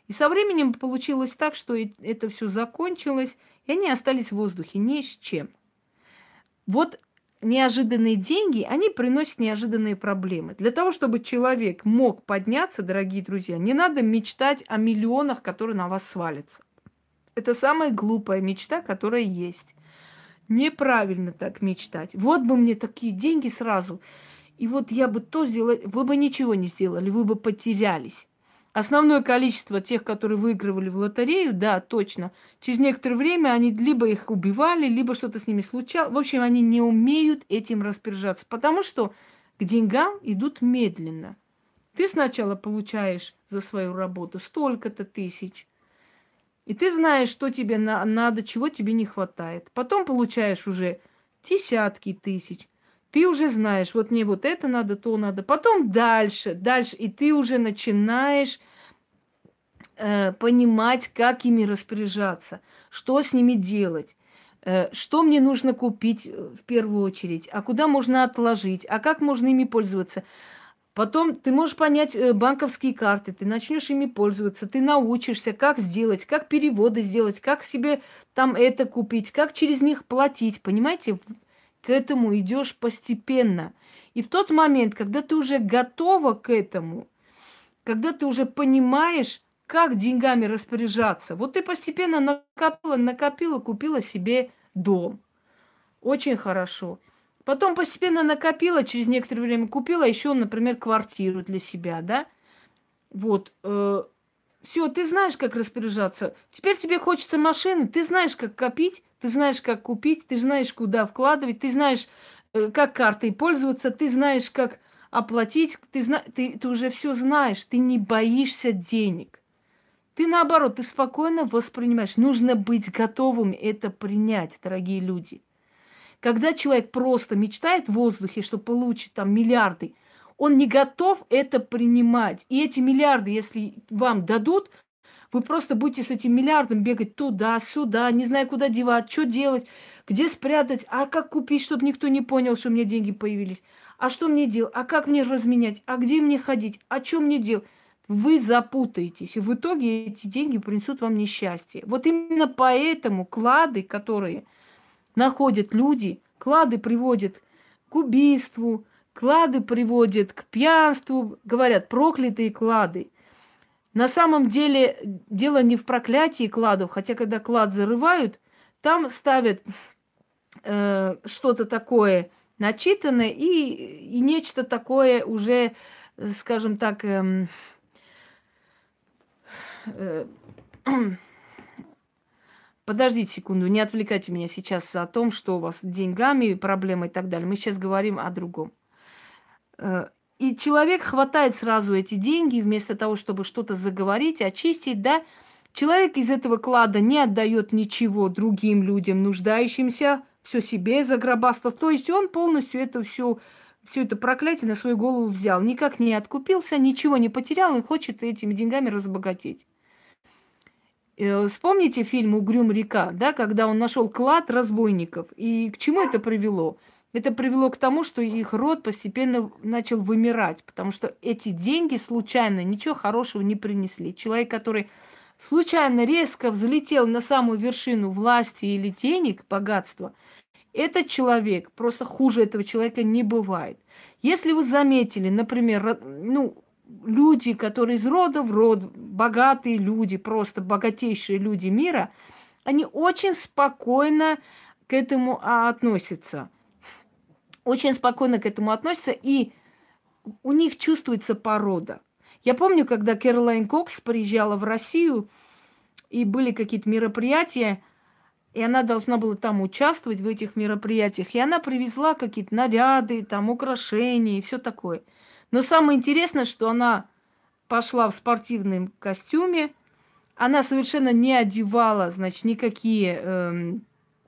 И со временем получилось так, что это все закончилось, и они остались в воздухе ни с чем. Вот неожиданные деньги, они приносят неожиданные проблемы. Для того, чтобы человек мог подняться, дорогие друзья, не надо мечтать о миллионах, которые на вас свалятся. Это самая глупая мечта, которая есть. Неправильно так мечтать. Вот бы мне такие деньги сразу. И вот я бы то сделала, вы бы ничего не сделали, вы бы потерялись. Основное количество тех, которые выигрывали в лотерею, да, точно, через некоторое время они либо их убивали, либо что-то с ними случалось. В общем, они не умеют этим распоряжаться, потому что к деньгам идут медленно. Ты сначала получаешь за свою работу столько-то тысяч, и ты знаешь, что тебе надо, чего тебе не хватает. Потом получаешь уже десятки тысяч. Ты уже знаешь, вот мне вот это надо, то надо. Потом дальше, дальше. И ты уже начинаешь понимать, как ими распоряжаться, что с ними делать, что мне нужно купить в первую очередь, а куда можно отложить, а как можно ими пользоваться. Потом ты можешь понять банковские карты, ты начнешь ими пользоваться, ты научишься, как сделать, как переводы сделать, как себе там это купить, как через них платить. Понимаете, к этому идешь постепенно. И в тот момент, когда ты уже готова к этому, когда ты уже понимаешь, как деньгами распоряжаться, вот ты постепенно накопила, купила себе дом. Очень хорошо. Потом постепенно накопила, через некоторое время купила еще, например, квартиру для себя, да? Вот. Все, ты знаешь, как распоряжаться. Теперь тебе хочется машины, ты знаешь, как копить, ты знаешь, как купить, ты знаешь, куда вкладывать, ты знаешь, как картой пользоваться, ты знаешь, как оплатить, ты уже все знаешь, ты не боишься денег. Ты наоборот, ты спокойно воспринимаешь. Нужно быть готовым это принять, дорогие люди. Когда человек просто мечтает в воздухе, что получит там миллиарды, он не готов это принимать. И эти миллиарды, если вам дадут, вы просто будете с этим миллиардом бегать туда-сюда, не зная, куда девать, что делать, где спрятать, а как купить, чтобы никто не понял, что у меня деньги появились. А что мне делать? А как мне разменять? А где мне ходить? А что мне делать? Вы запутаетесь, и в итоге эти деньги принесут вам несчастье. Вот именно поэтому клады, которые находят люди, клады приводят к убийству, клады приводят к пьянству, говорят, проклятые клады. На самом деле дело не в проклятии кладов, хотя когда клад зарывают, там ставят что-то такое начитанное и нечто такое уже, скажем так, э, подождите секунду, не отвлекайте меня сейчас о том, что у вас с деньгами, проблемы и так далее. Мы сейчас говорим о другом. И человек хватает сразу эти деньги, вместо того, чтобы что-то заговорить, очистить, да. Человек из этого клада не отдает ничего другим людям, нуждающимся, все себе загробастал. То есть он полностью это все это проклятие на свою голову взял. Никак не откупился, ничего не потерял, и хочет этими деньгами разбогатеть. Вспомните фильм «Угрюм река», да, когда он нашел клад разбойников. И к чему это привело? Это привело к тому, что их род постепенно начал вымирать, потому что эти деньги случайно ничего хорошего не принесли. Человек, который случайно резко взлетел на самую вершину власти или денег, богатства, этот человек, просто хуже этого человека не бывает. Если вы заметили, например, люди, которые из рода в род, богатые люди, просто богатейшие люди мира, они очень спокойно к этому относятся. Очень спокойно к этому относятся, и у них чувствуется порода. Я помню, когда Кэролайн Кокс приезжала в Россию, и были какие-то мероприятия, и она должна была там участвовать в этих мероприятиях, и она привезла какие-то наряды, там украшения и все такое. Но самое интересное, что она пошла в спортивном костюме, она совершенно не одевала, значит, никакие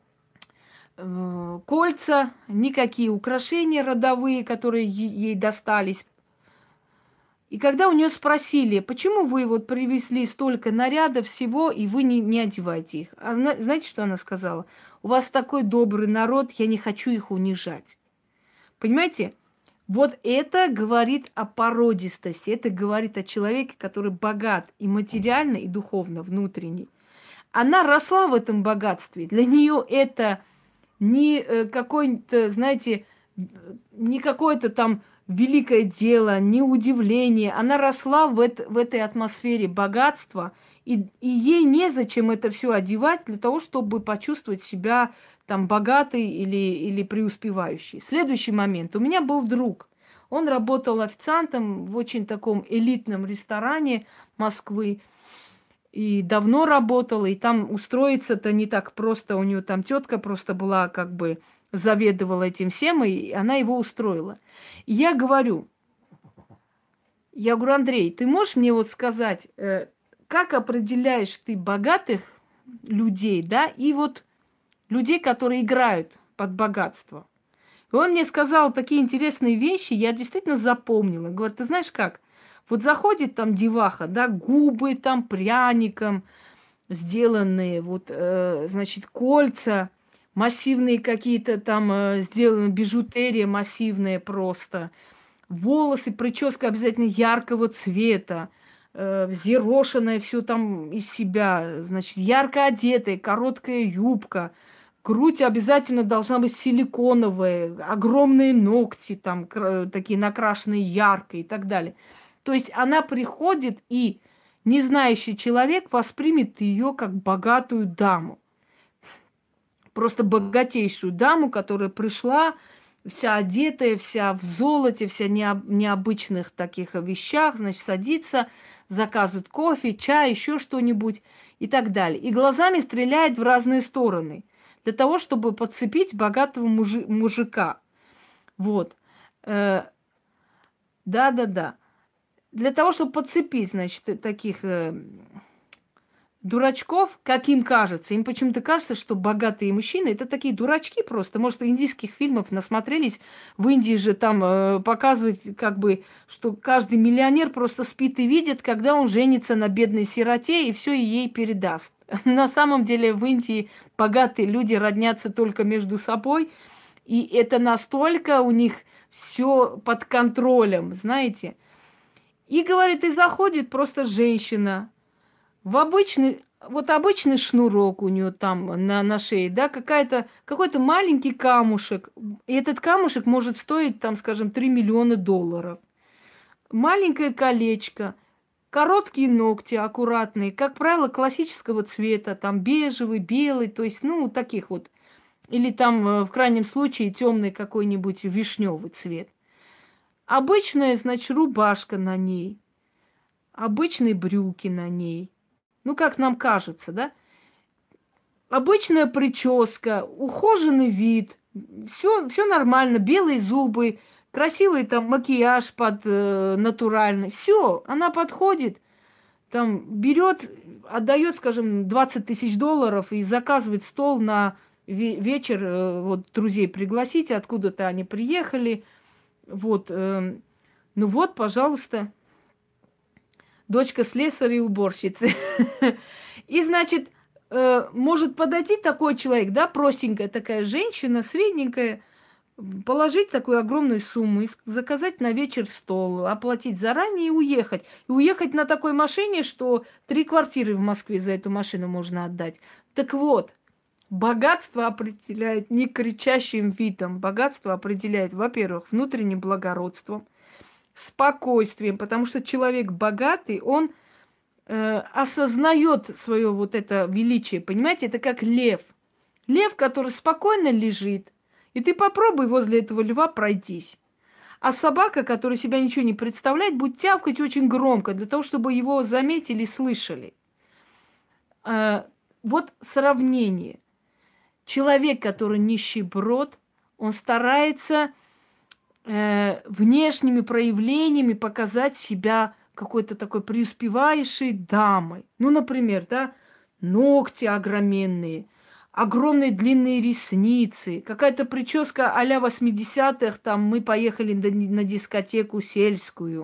кольца, никакие украшения родовые, которые ей достались. И когда у нее спросили, почему вы вот привезли столько нарядов всего, и вы не одеваете их? А знаете, что она сказала? У вас такой добрый народ, я не хочу их унижать. Понимаете? Вот это говорит о породистости, это говорит о человеке, который богат и материально, и духовно, внутренне. Она росла в этом богатстве. Для нее это не какое-то, знаете, не какое-то там великое дело, не удивление. Она росла в этой атмосфере богатства, и ей незачем это все одевать для того, чтобы почувствовать себя там богатой или преуспевающей. Следующий момент. У меня был друг. Он работал официантом в очень таком элитном ресторане Москвы. И давно работал, и там устроиться-то не так просто. У нее там тетка просто была, как бы заведовала этим всем, и она его устроила. И я говорю, Андрей, ты можешь мне вот сказать, как определяешь ты богатых людей, да, и вот людей, которые играют под богатство? И он мне сказал такие интересные вещи, я действительно запомнила. Говорит, ты знаешь как? Вот заходит там деваха, да, губы там пряником сделанные, вот, значит, кольца, массивные какие-то там сделаны, бижутерия массивная просто, волосы, прическа обязательно яркого цвета, взъерошенное все там из себя, значит, ярко одетая, короткая юбка, грудь обязательно должна быть силиконовая, огромные ногти там такие накрашенные ярко и так далее. То есть она приходит, и незнающий человек воспримет ее как богатую даму. Просто богатейшую даму, которая пришла вся одетая, вся в золоте, вся необычных таких вещах, значит, садится, заказывает кофе, чай, еще что-нибудь и так далее. И глазами стреляет в разные стороны для того, чтобы подцепить богатого мужика. Вот. Да-да-да. Для того, чтобы подцепить, значит, таких дурачков, как им кажется. Им почему-то кажется, что богатые мужчины – это такие дурачки просто. Может, индийских фильмов насмотрелись. В Индии же там показывают, как бы, что каждый миллионер просто спит и видит, когда он женится на бедной сироте и все ей передаст. На самом деле в Индии богатые люди роднятся только между собой, и это настолько у них все под контролем, знаете. И, говорит, и заходит просто женщина в обычный шнурок у нее там на шее, да, какой-то маленький камушек. И этот камушек может стоить, там, скажем, 3 миллиона долларов. Маленькое колечко, короткие ногти аккуратные, как правило, классического цвета, там бежевый, белый, то есть, ну, таких вот. Или там, в крайнем случае, темный какой-нибудь вишневый цвет. Обычная, значит, рубашка на ней, обычные брюки на ней. Ну, как нам кажется, да? Обычная прическа, ухоженный вид, все нормально, белые зубы, красивый там макияж под натуральный. Все, она подходит, там берет, отдает, скажем, 20 тысяч долларов и заказывает стол на вечер, вот друзей пригласите, откуда-то они приехали. Вот, ну вот, пожалуйста, дочка слесаря и уборщицы. И, значит, может подойти такой человек, да, простенькая такая женщина, средненькая, положить такую огромную сумму, заказать на вечер стол, оплатить заранее и уехать. И уехать на такой машине, что 3 квартиры в Москве за эту машину можно отдать. Так вот, богатство определяет не кричащим видом. Богатство определяет, во-первых, внутренним благородством, спокойствием, потому что человек богатый, он осознает свое вот это величие, понимаете, это как лев. Лев, который спокойно лежит, и ты попробуй возле этого льва пройтись. А собака, которая себя ничего не представляет, будет тявкать очень громко, для того, чтобы его заметили и слышали. Вот сравнение. Человек, который нищеброд, он старается внешними проявлениями показать себя какой-то такой преуспевающей дамой. Ну, например, да, ногти огроменные, огромные длинные ресницы, какая-то прическа а-ля 80-х, там мы поехали на дискотеку сельскую.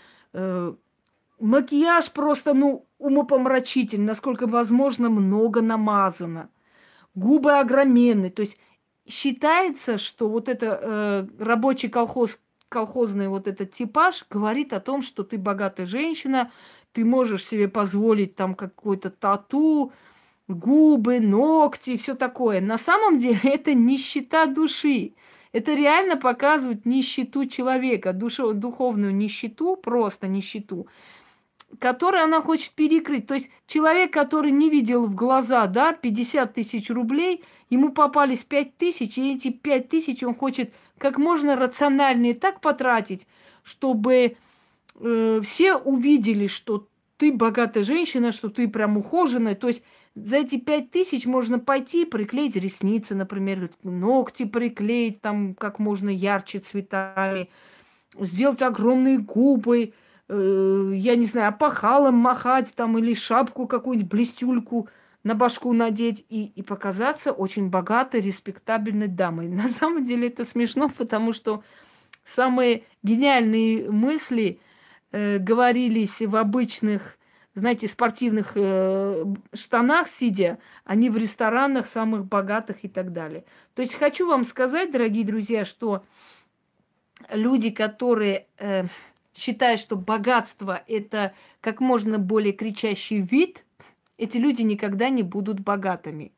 Макияж просто, ну, умопомрачительный, насколько возможно, много намазано. Губы огроменные, то есть считается, что вот это рабочий колхоз колхозный вот этот типаж говорит о том, что ты богатая женщина, ты можешь себе позволить там какой-то тату, губы, ногти, все такое. На самом деле это нищета души. Это реально показывает нищету человека, духовную нищету, просто нищету, которую она хочет перекрыть. То есть человек, который не видел в глаза, да, 50 тысяч рублей, ему попались 5 тысяч, и эти 5 тысяч он хочет как можно рациональнее так потратить, чтобы все увидели, что ты богатая женщина, что ты прям ухоженная. То есть за эти 5 тысяч можно пойти приклеить ресницы, например, ногти приклеить там как можно ярче цветами, сделать огромные губы, я не знаю, опахалом махать там или шапку какую-нибудь, блестюльку на башку надеть и показаться очень богатой, респектабельной дамой. На самом деле это смешно, потому что самые гениальные мысли говорились в обычных, знаете, спортивных штанах сидя, а не в ресторанах самых богатых и так далее. То есть хочу вам сказать, дорогие друзья, что люди, которые считают, что богатство – это как можно более кричащий вид, эти люди никогда не будут богатыми.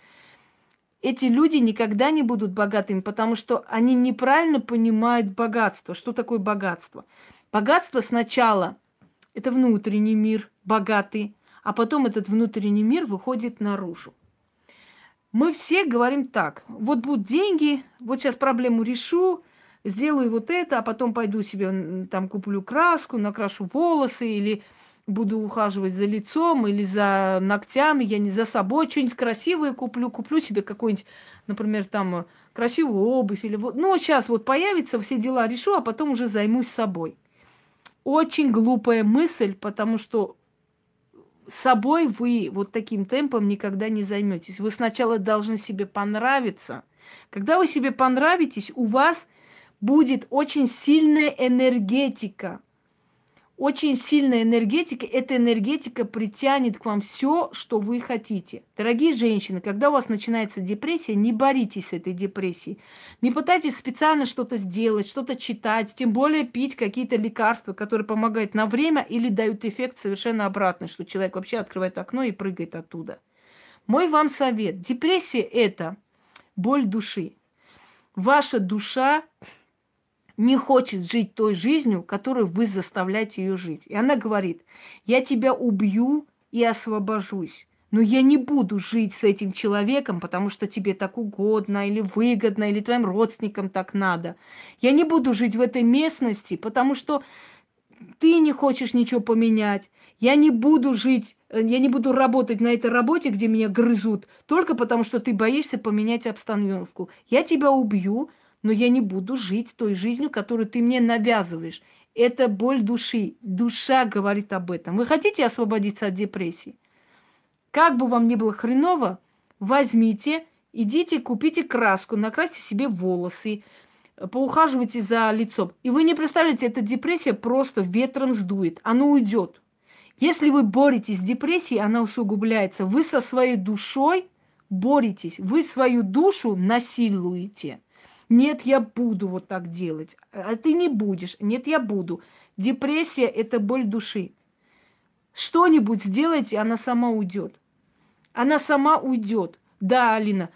Эти люди никогда не будут богатыми, потому что они неправильно понимают богатство. Что такое богатство? Богатство сначала – это внутренний мир, богатый, а потом этот внутренний мир выходит наружу. Мы все говорим так: вот будут деньги, вот сейчас проблему решу, сделаю вот это, а потом пойду себе там куплю краску, накрашу волосы или буду ухаживать за лицом или за ногтями, я не за собой что-нибудь красивое куплю себе какой-нибудь, например, там красивую обувь или вот, ну сейчас вот появится, все дела решу, а потом уже займусь собой. Очень глупая мысль, потому что собой вы вот таким темпом никогда не займетесь. Вы сначала должны себе понравиться. Когда вы себе понравитесь, у вас будет очень сильная энергетика. Очень сильная энергетика. Эта энергетика притянет к вам все, что вы хотите. Дорогие женщины, когда у вас начинается депрессия, не боритесь с этой депрессией. Не пытайтесь специально что-то сделать, что-то читать, тем более пить какие-то лекарства, которые помогают на время или дают эффект совершенно обратный, что человек вообще открывает окно и прыгает оттуда. Мой вам совет. Депрессия – это боль души. Ваша душа не хочет жить той жизнью, которую вы заставляете ее жить. И она говорит: я тебя убью и освобожусь, но я не буду жить с этим человеком, потому что тебе так угодно, или выгодно, или твоим родственникам так надо. Я не буду жить в этой местности, потому что ты не хочешь ничего поменять. Я не буду работать на этой работе, где меня грызут, только потому что ты боишься поменять обстановку. Я тебя убью, но я не буду жить той жизнью, которую ты мне навязываешь. Это боль души. Душа говорит об этом. Вы хотите освободиться от депрессии? Как бы вам ни было хреново, возьмите, идите, купите краску, накрасьте себе волосы, поухаживайте за лицом. И вы не представляете, эта депрессия просто ветром сдует. Она уйдет. Если вы боретесь с депрессией, она усугубляется. Вы со своей душой боретесь. Вы свою душу насилуете. Нет, я буду вот так делать. А ты не будешь. Нет, я буду. Депрессия – это боль души. Что-нибудь сделайте, она сама уйдет. Она сама уйдет. Да, Алина,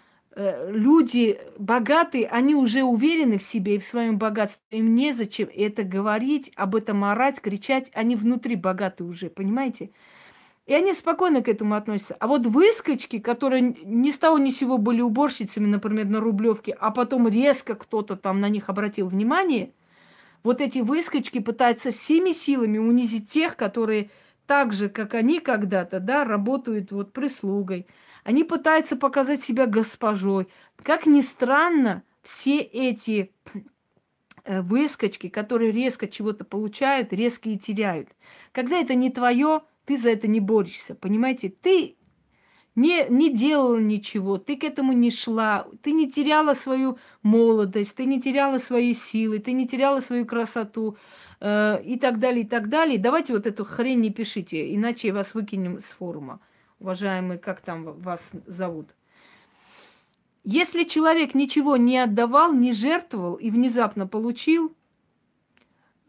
люди богатые, они уже уверены в себе и в своем богатстве. Им незачем это говорить, об этом орать, кричать. Они внутри богаты уже, понимаете? И они спокойно к этому относятся. А вот выскочки, которые ни с того ни с сего были уборщицами, например, на Рублевке, а потом резко кто-то там на них обратил внимание, вот эти выскочки пытаются всеми силами унизить тех, которые так же, как они когда-то, да, работают вот прислугой. Они пытаются показать себя госпожой. Как ни странно, все эти выскочки, которые резко чего-то получают, резко и теряют. Когда это не твое, ты за это не борешься, понимаете? Ты не делала ничего, ты к этому не шла, ты не теряла свою молодость, ты не теряла свои силы, ты не теряла свою красоту и так далее, и так далее. Давайте вот эту хрень не пишите, иначе вас выкинем с форума, уважаемые, как там вас зовут. Если человек ничего не отдавал, не жертвовал и внезапно получил,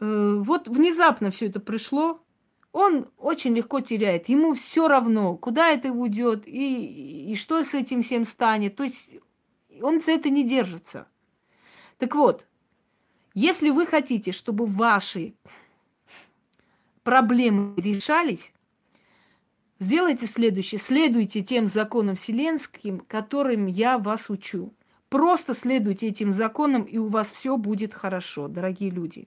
вот внезапно все это пришло, он очень легко теряет. Ему все равно, куда это уйдет и что с этим всем станет. То есть он за это не держится. Так вот, если вы хотите, чтобы ваши проблемы решались, сделайте следующее. Следуйте тем законам вселенским, которым я вас учу. Просто следуйте этим законам, и у вас все будет хорошо, дорогие люди.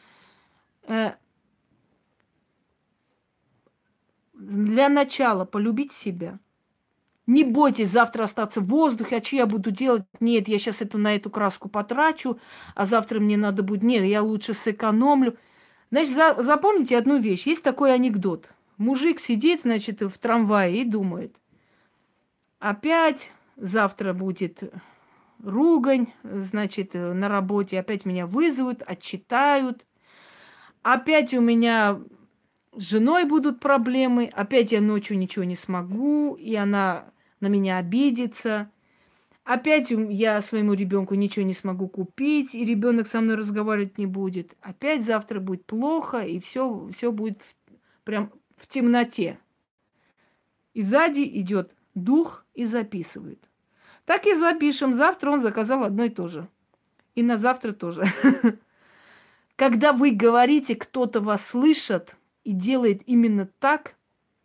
Для начала полюбить себя. Не бойтесь завтра остаться в воздухе, а что я буду делать? Нет, я сейчас на эту краску потрачу, а завтра мне надо будет... Нет, я лучше сэкономлю. Значит, запомните одну вещь. Есть такой анекдот. Мужик сидит, значит, в трамвае и думает. Опять завтра будет ругань, значит, на работе. Опять меня вызовут, отчитают. Опять у меня с женой будут проблемы. Опять я ночью ничего не смогу, и она на меня обидится. Опять я своему ребенку ничего не смогу купить, и ребенок со мной разговаривать не будет. Опять завтра будет плохо, и все будет прям в темноте. И сзади идет дух и записывает. Так и запишем. Завтра он заказал одно и то же. И на завтра тоже. Когда вы говорите, кто-то вас слышит и делает именно так,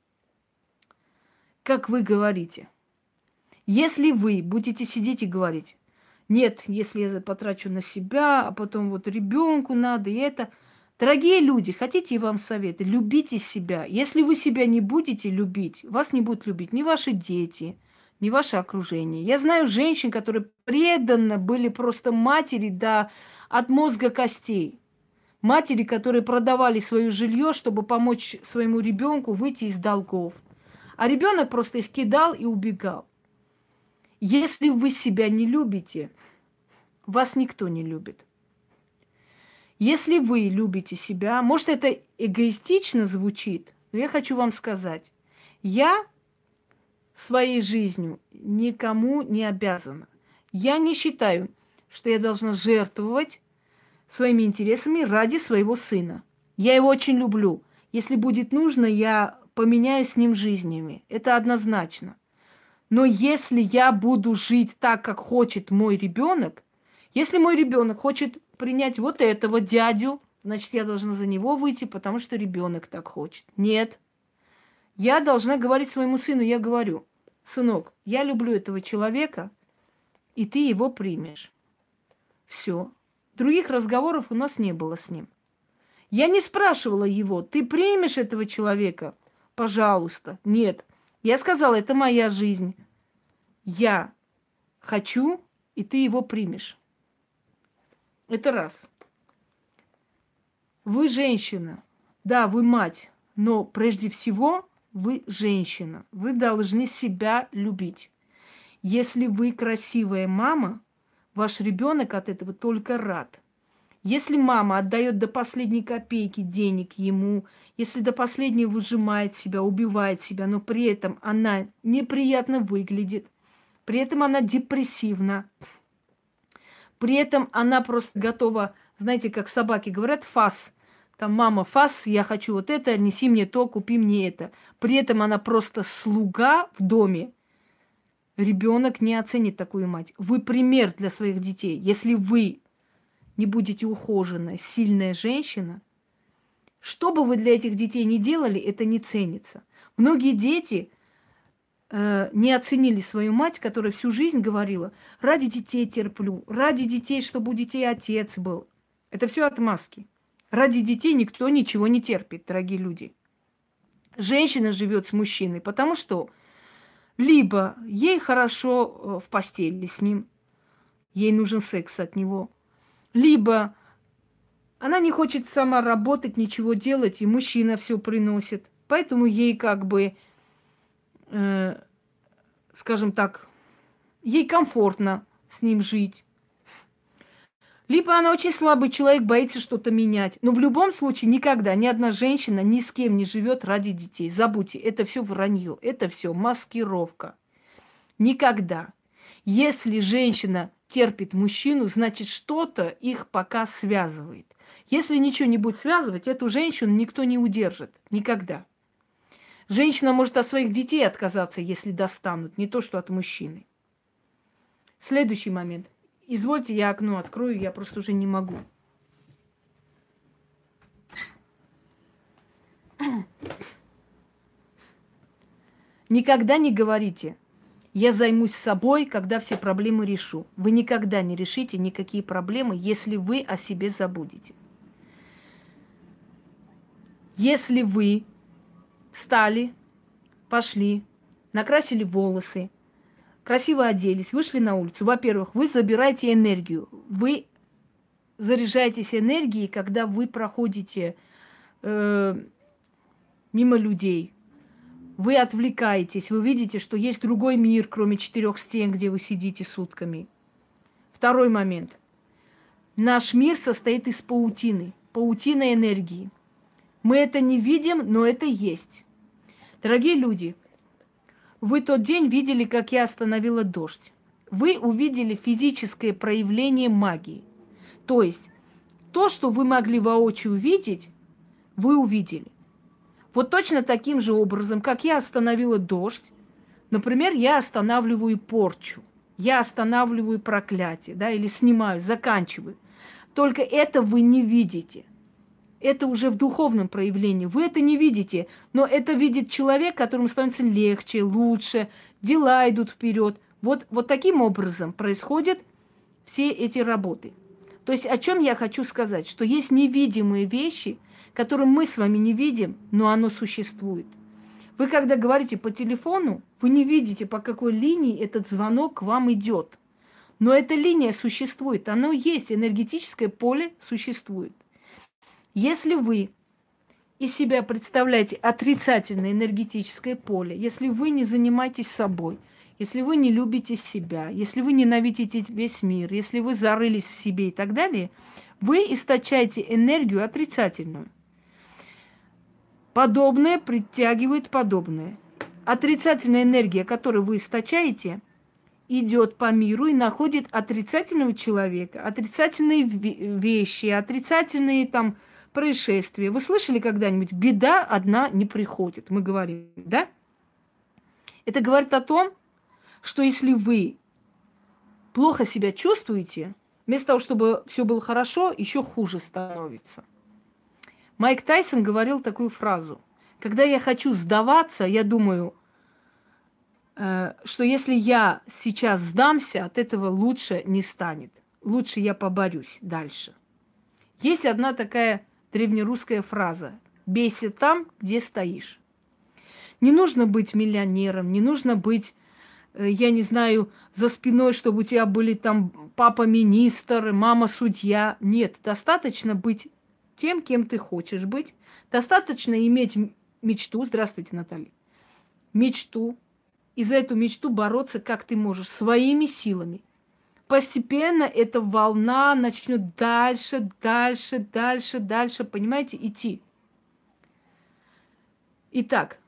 как вы говорите. Если вы будете сидеть и говорить, нет, если я потрачу на себя, а потом вот ребенку надо, и это... Дорогие люди, хотите я вам советы? Любите себя. Если вы себя не будете любить, вас не будут любить ни ваши дети, ни ваше окружение. Я знаю женщин, которые преданно были просто матери от мозга костей. Матери, которые продавали свое жилье, чтобы помочь своему ребенку выйти из долгов. А ребенок просто их кидал и убегал. Если вы себя не любите, вас никто не любит. Если вы любите себя, может, это эгоистично звучит, но я хочу вам сказать, я своей жизнью никому не обязана. Я не считаю, что я должна жертвовать своими интересами ради своего сына. Я его очень люблю. Если будет нужно, я поменяюсь с ним жизнями. Это однозначно. Но если я буду жить так, как хочет мой ребенок, если мой ребенок хочет принять вот этого дядю, значит, я должна за него выйти, потому что ребенок так хочет. Нет. Я должна говорить своему сыну, я говорю, сынок, я люблю этого человека, и ты его примешь. Все. Других разговоров у нас не было с ним. Я не спрашивала его, ты примешь этого человека? Пожалуйста. Нет. Я сказала, это моя жизнь. Я хочу, и ты его примешь. Это раз. Вы женщина. Да, вы мать. Но прежде всего вы женщина. Вы должны себя любить. Если вы красивая мама, ваш ребенок от этого только рад. Если мама отдает до последней копейки денег ему, если до последнего выжимает себя, убивает себя, но при этом она неприятно выглядит, при этом она депрессивна, при этом она просто готова, знаете, как собаки говорят, фас. Там, мама, фас, я хочу вот это, неси мне то, купи мне это. При этом она просто слуга в доме. Ребенок не оценит такую мать. Вы пример для своих детей. Если вы не будете ухоженная, сильная женщина, что бы вы для этих детей ни делали, это не ценится. Многие дети не оценили свою мать, которая всю жизнь говорила, ради детей терплю, ради детей, чтобы у детей отец был. Это все отмазки. Ради детей никто ничего не терпит, дорогие люди. Женщина живет с мужчиной, потому что либо ей хорошо в постели с ним, ей нужен секс от него, либо она не хочет сама работать, ничего делать, и мужчина все приносит. Поэтому ей как бы, скажем так, ей комфортно с ним жить. Либо она очень слабый человек, боится что-то менять. Но в любом случае никогда ни одна женщина ни с кем не живет ради детей. Забудьте, это все вранье, это все маскировка. Никогда. Если женщина терпит мужчину, значит, что-то их пока связывает. Если ничего не будет связывать, эту женщину никто не удержит. Никогда. Женщина может от своих детей отказаться, если достанут, не то что от мужчины. Следующий момент. Извольте, я окно открою, я просто уже не могу. Никогда не говорите: я займусь собой, когда все проблемы решу. Вы никогда не решите никакие проблемы, если вы о себе забудете. Если вы встали, пошли, накрасили волосы, красиво оделись, вышли на улицу, во-первых, вы забираете энергию. Вы заряжаетесь энергией, когда вы проходите мимо людей. Вы отвлекаетесь, вы видите, что есть другой мир, кроме 4 стен, где вы сидите сутками. Второй момент. Наш мир состоит из паутины, паутина энергии. Мы это не видим, но это есть. Дорогие люди, вы тот день видели, как я остановила дождь. Вы увидели физическое проявление магии. То есть то, что вы могли воочию увидеть, вы увидели. Вот точно таким же образом, как я остановила дождь, например, я останавливаю порчу, я останавливаю проклятие, да, или снимаю, заканчиваю. Только это вы не видите. Это уже в духовном проявлении. Вы это не видите, но это видит человек, которому становится легче, лучше, дела идут вперед. Вот таким образом происходят все эти работы. То есть о чем я хочу сказать? Что есть невидимые вещи, которые мы с вами не видим, но оно существует. Вы когда говорите по телефону, вы не видите, по какой линии этот звонок к вам идет. Но эта линия существует, оно есть, энергетическое поле существует. Если вы из себя представляете отрицательное энергетическое поле, если вы не занимаетесь собой, если вы не любите себя, если вы ненавидите весь мир, если вы зарылись в себе и так далее, вы источаете энергию отрицательную. Подобное притягивает подобное. Отрицательная энергия, которую вы источаете, идет по миру и находит отрицательного человека, отрицательные вещи, отрицательные там происшествия. Вы слышали когда-нибудь: беда одна не приходит? Мы говорим, да? Это говорит о том, что если вы плохо себя чувствуете, вместо того, чтобы все было хорошо, еще хуже становится. Майк Тайсон говорил такую фразу: когда я хочу сдаваться, я думаю, что если я сейчас сдамся, от этого лучше не станет. Лучше я поборюсь дальше. Есть одна такая древнерусская фраза: бейся там, где стоишь. Не нужно быть миллионером, не нужно быть, я не знаю, за спиной, чтобы у тебя были там папа-министр, мама-судья. Нет, достаточно быть тем, кем ты хочешь быть. Достаточно иметь мечту. Здравствуйте, Наталья. Мечту. И за эту мечту бороться, как ты можешь, своими силами. Постепенно эта волна начнет дальше, понимаете, идти. Итак,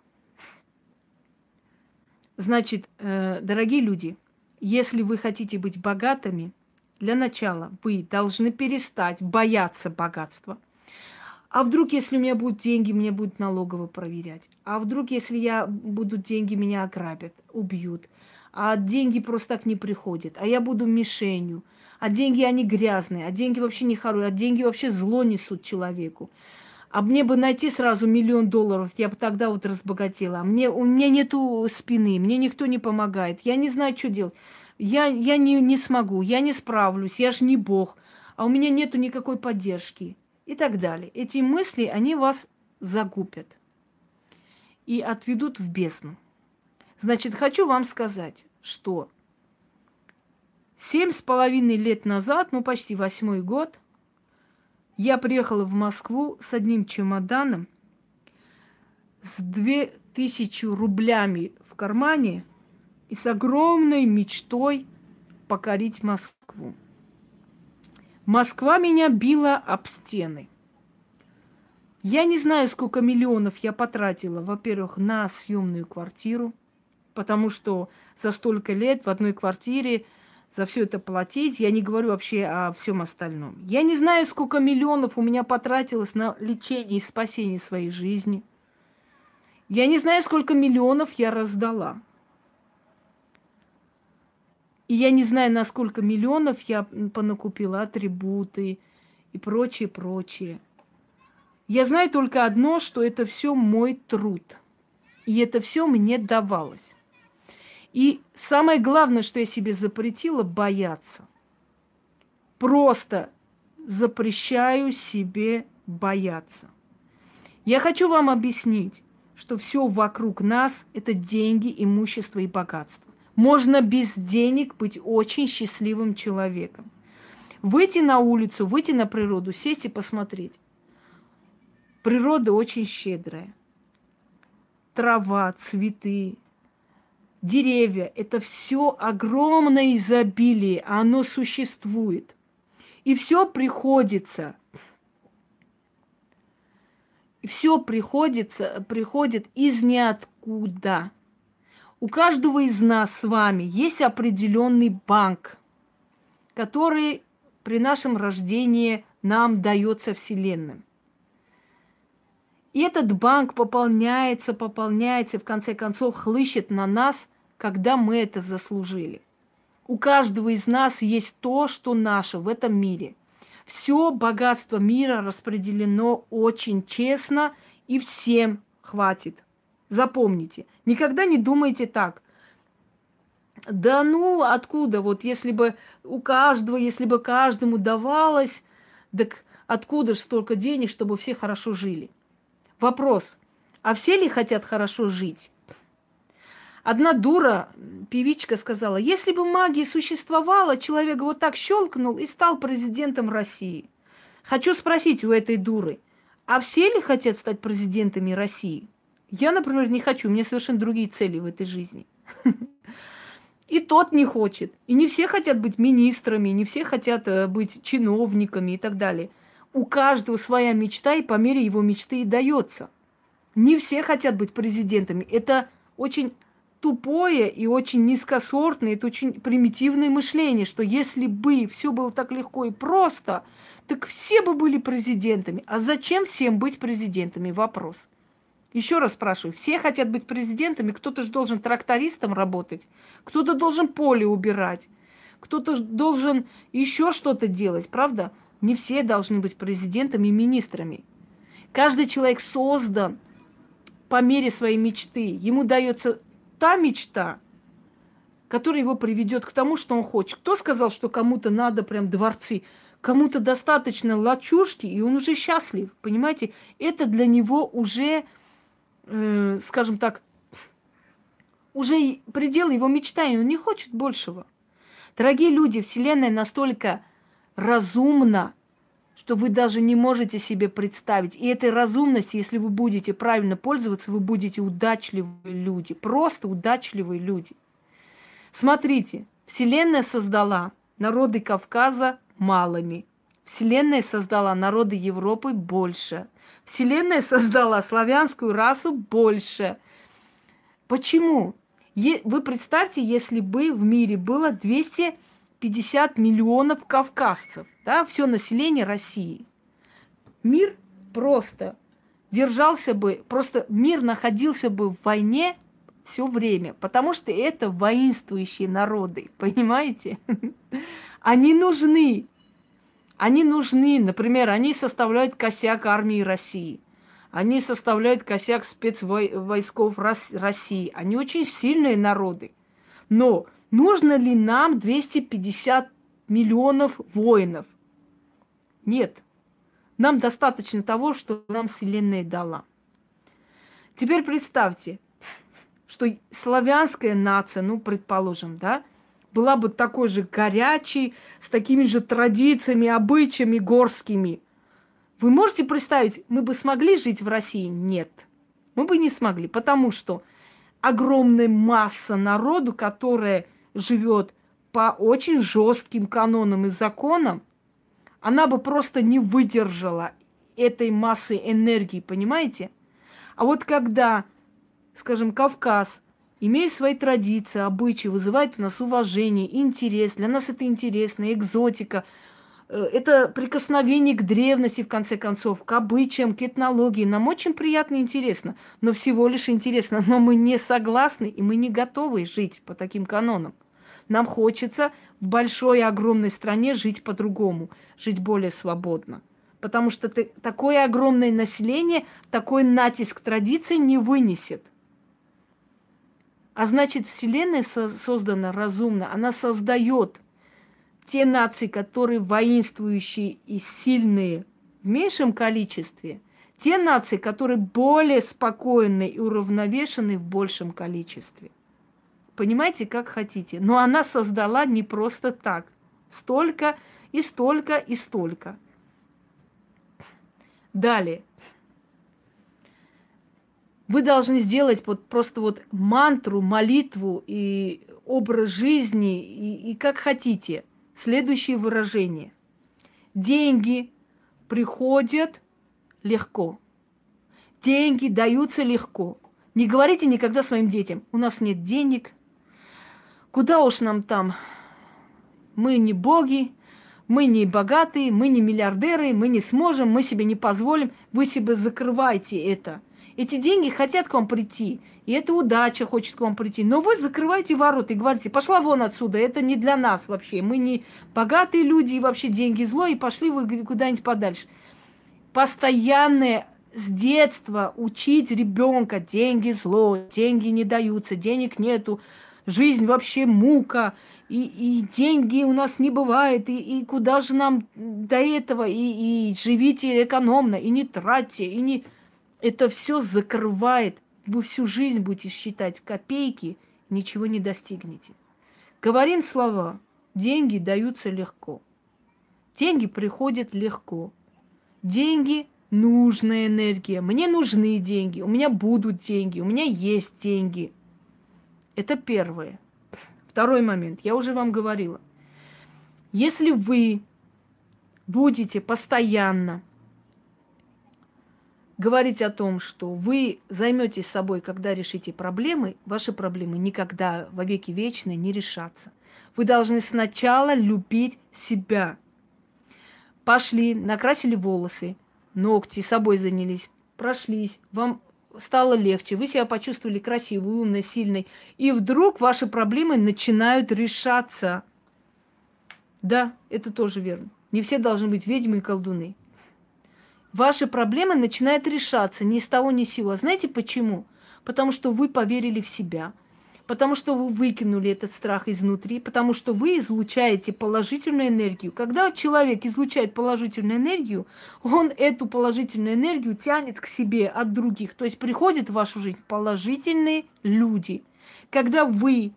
значит, дорогие люди, если вы хотите быть богатыми, для начала вы должны перестать бояться богатства. А вдруг, если у меня будут деньги, меня будут налогово проверять? А вдруг, если я будут деньги, меня ограбят, убьют? А деньги просто так не приходят. А я буду мишенью. А деньги, они грязные. А деньги вообще не хорошие. А деньги вообще зло несут человеку. А мне бы найти сразу $1 миллион, я бы тогда вот разбогатела. А у меня нету спины, мне никто не помогает. Я не знаю, что делать. Я не смогу, я не справлюсь, я же не Бог. А у меня нету никакой поддержки. И так далее. Эти мысли, они вас загубят и отведут в бездну. Значит, хочу вам сказать, что 7,5 лет назад, почти 8-й год, я приехала в Москву с одним чемоданом, с 2000 рублями в кармане и с огромной мечтой покорить Москву. Москва меня била об стены. Я не знаю, сколько миллионов я потратила, во-первых, на съемную квартиру, потому что за столько лет в одной квартире за все это платить. Я не говорю вообще о всем остальном. Я не знаю, сколько миллионов у меня потратилось на лечение и спасение своей жизни. Я не знаю, сколько миллионов я раздала. И я не знаю, на сколько миллионов я понакупила атрибуты и прочее, прочее. Я знаю только одно, что это все мой труд. И это все мне давалось. И самое главное, что я себе запретила, бояться. Просто запрещаю себе бояться. Я хочу вам объяснить, что все вокруг нас – это деньги, имущество и богатство. Можно без денег быть очень счастливым человеком. Выйти на улицу, выйти на природу, сесть и посмотреть. Природа очень щедрая. Трава, цветы, деревья – это все огромное изобилие, оно существует. И все приходит из ниоткуда. У каждого из нас с вами есть определенный банк, который при нашем рождении нам дается Вселенной. И этот банк пополняется, и в конце концов хлыщет на нас, когда мы это заслужили. У каждого из нас есть то, что наше в этом мире. Все богатство мира распределено очень честно, и всем хватит. Запомните, никогда не думайте так. Да ну, откуда? Вот если бы у каждого, если бы каждому давалось, так откуда же столько денег, чтобы все хорошо жили? Вопрос, а все ли хотят хорошо жить? Одна дура, певичка, сказала, если бы магия существовала, человек вот так щелкнул и стал президентом России. Хочу спросить у этой дуры, а все ли хотят стать президентами России? Я, например, не хочу, у меня совершенно другие цели в этой жизни. И тот не хочет. И не все хотят быть министрами, не все хотят быть чиновниками и так далее. У каждого своя мечта, и по мере его мечты и дается. Не все хотят быть президентами. Это очень тупое и очень низкосортное, это очень примитивное мышление, что если бы все было так легко и просто, так все бы были президентами. А зачем всем быть президентами? Вопрос. Еще раз спрашиваю, все хотят быть президентами, кто-то же должен трактористом работать, кто-то должен поле убирать, кто-то должен еще что-то делать, правда? Не все должны быть президентами и министрами. Каждый человек создан по мере своей мечты. Ему дается та мечта, которая его приведет к тому, что он хочет. Кто сказал, что кому-то надо прям дворцы? Кому-то достаточно лачушки, и он уже счастлив, понимаете? Это для него уже, скажем так, уже предел его мечтаний, он не хочет большего. Дорогие люди, Вселенная настолько разумна, что вы даже не можете себе представить. И этой разумности, если вы будете правильно пользоваться, вы будете удачливые люди, просто удачливые люди. Смотрите, Вселенная создала народы Кавказа малыми. Вселенная создала народы Европы больше. Вселенная создала славянскую расу больше. Почему? Вы представьте, если бы в мире было 250 миллионов кавказцев, да, все население России. Мир просто держался бы, просто мир находился бы в войне все время, потому что это воинствующие народы, понимаете? Они нужны, например, они составляют косяк армии России. Они составляют косяк спецвойсков России. Они очень сильные народы. Но нужно ли нам 250 миллионов воинов? Нет. Нам достаточно того, что нам Вселенная дала. Теперь представьте, что славянская нация, ну, предположим, да, была бы такой же горячей, с такими же традициями, обычаями горскими. Вы можете представить, мы бы смогли жить в России? Нет. Мы бы не смогли, потому что огромная масса народу, которая живет по очень жестким канонам и законам, она бы просто не выдержала этой массы энергии, понимаете? А вот когда, скажем, Кавказ имеют свои традиции, обычаи, вызывают у нас уважение, интерес. Для нас это интересно, экзотика. Это прикосновение к древности, в конце концов, к обычаям, к этнологии. Нам очень приятно и интересно, но всего лишь интересно. Но мы не согласны, и мы не готовы жить по таким канонам. Нам хочется в большой, огромной стране жить по-другому, жить более свободно. Потому что такое огромное население, такой натиск традиций не вынесет. А значит, Вселенная создана разумно, она создает те нации, которые воинствующие и сильные в меньшем количестве, те нации, которые более спокойны и уравновешены в большем количестве. Понимаете, как хотите. Но она создала не просто так. Столько и столько и столько. Далее. Вы должны сделать просто мантру, молитву и образ жизни, и как хотите. Следующее выражение. Деньги приходят легко. Деньги даются легко. Не говорите никогда своим детям: у нас нет денег, куда уж нам там, мы не боги, мы не богатые, мы не миллиардеры, мы не сможем, мы себе не позволим. Вы себе закрываете это. Эти деньги хотят к вам прийти, и эта удача хочет к вам прийти. Но вы закрываете ворота и говорите: пошла вон отсюда, это не для нас вообще. Мы не богатые люди, и вообще деньги зло, и пошли вы куда-нибудь подальше. Постоянное с детства учить ребенка: деньги зло, деньги не даются, денег нету, жизнь вообще мука, и деньги у нас не бывает, и куда же нам до этого, и живите экономно, и не тратьте, и не... Это все закрывает. Вы всю жизнь будете считать копейки, ничего не достигнете. Говорим слова: деньги даются легко. Деньги приходят легко. Деньги – нужная энергия. Мне нужны деньги, у меня будут деньги, у меня есть деньги. Это первое. Второй момент. Я уже вам говорила. Если вы будете постоянно говорить о том, что вы займетесь собой, когда решите проблемы, ваши проблемы никогда во веки вечные не решатся. Вы должны сначала любить себя. Пошли, накрасили волосы, ногти, собой занялись, прошлись, вам стало легче, вы себя почувствовали красивой, умной, сильной, и вдруг ваши проблемы начинают решаться. Да, это тоже верно. Не все должны быть ведьмы и колдуны. Ваши проблемы начинают решаться ни с того ни с сего. Знаете почему? Потому что вы поверили в себя, потому что вы выкинули этот страх изнутри, потому что вы излучаете положительную энергию. Когда человек излучает положительную энергию, он эту положительную энергию тянет к себе от других. То есть приходят в вашу жизнь положительные люди. Когда вы,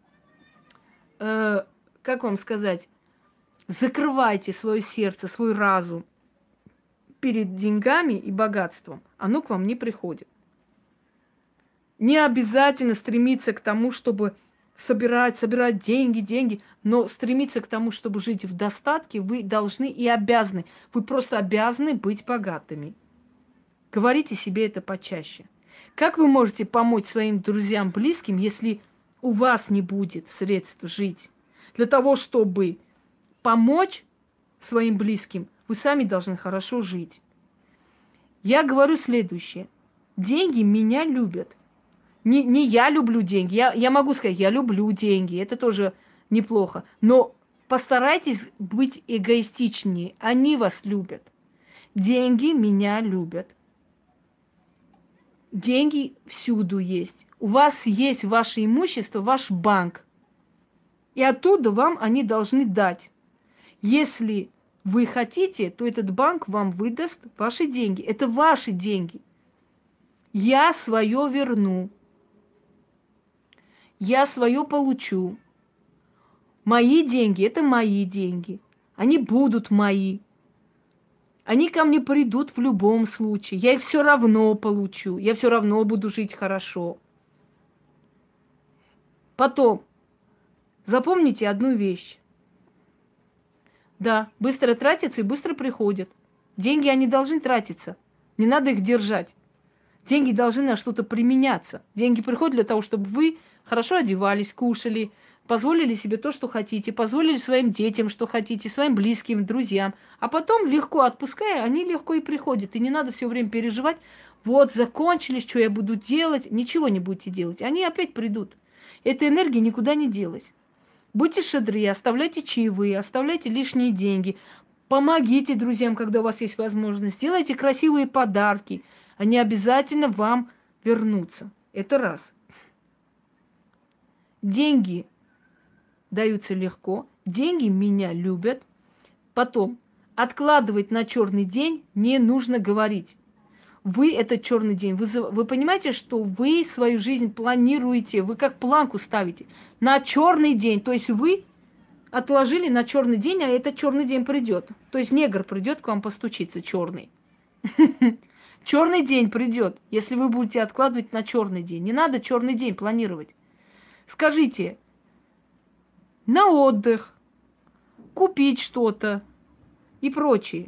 как вам сказать, закрываете свое сердце, свой разум перед деньгами и богатством, оно к вам не приходит. Не обязательно стремиться к тому, чтобы собирать деньги, но стремиться к тому, чтобы жить в достатке, вы должны и обязаны. Вы просто обязаны быть богатыми. Говорите себе это почаще. Как вы можете помочь своим друзьям, близким, если у вас не будет средств жить? Для того, чтобы помочь своим близким, вы сами должны хорошо жить. Я говорю следующее. Деньги меня любят. Не я люблю деньги. Я могу сказать, я люблю деньги. Это тоже неплохо. Но постарайтесь быть эгоистичнее. Они вас любят. Деньги меня любят. Деньги всюду есть. У вас есть ваше имущество, ваш банк. И оттуда вам они должны дать. Если вы хотите, то этот банк вам выдаст ваши деньги. Это ваши деньги. Я свое верну. Я свое получу. Мои деньги – это мои деньги. Они будут мои. Они ко мне придут в любом случае. Я их все равно получу. Я все равно буду жить хорошо. Потом, запомните одну вещь. Да, быстро тратятся и быстро приходят. Деньги, они должны тратиться. Не надо их держать. Деньги должны на что-то применяться. Деньги приходят для того, чтобы вы хорошо одевались, кушали, позволили себе то, что хотите, позволили своим детям, что хотите, своим близким, друзьям. А потом, легко отпуская, они легко и приходят. И не надо все время переживать, вот, закончились, что я буду делать. Ничего не будете делать. Они опять придут. Эта энергия никуда не делась. Будьте щедры, оставляйте чаевые, оставляйте лишние деньги. Помогите друзьям, когда у вас есть возможность. Делайте красивые подарки. Они обязательно вам вернутся. Это раз. Деньги даются легко. Деньги меня любят. Потом, откладывать на черный день не нужно говорить. Вы этот черный день. Вы понимаете, что вы свою жизнь планируете, вы как планку ставите на черный день. То есть вы отложили на черный день, а этот черный день придет. То есть негр придет к вам постучиться, черный. Черный день придет, если вы будете откладывать на черный день. Не надо черный день планировать. Скажите, на отдых, купить что-то и прочее.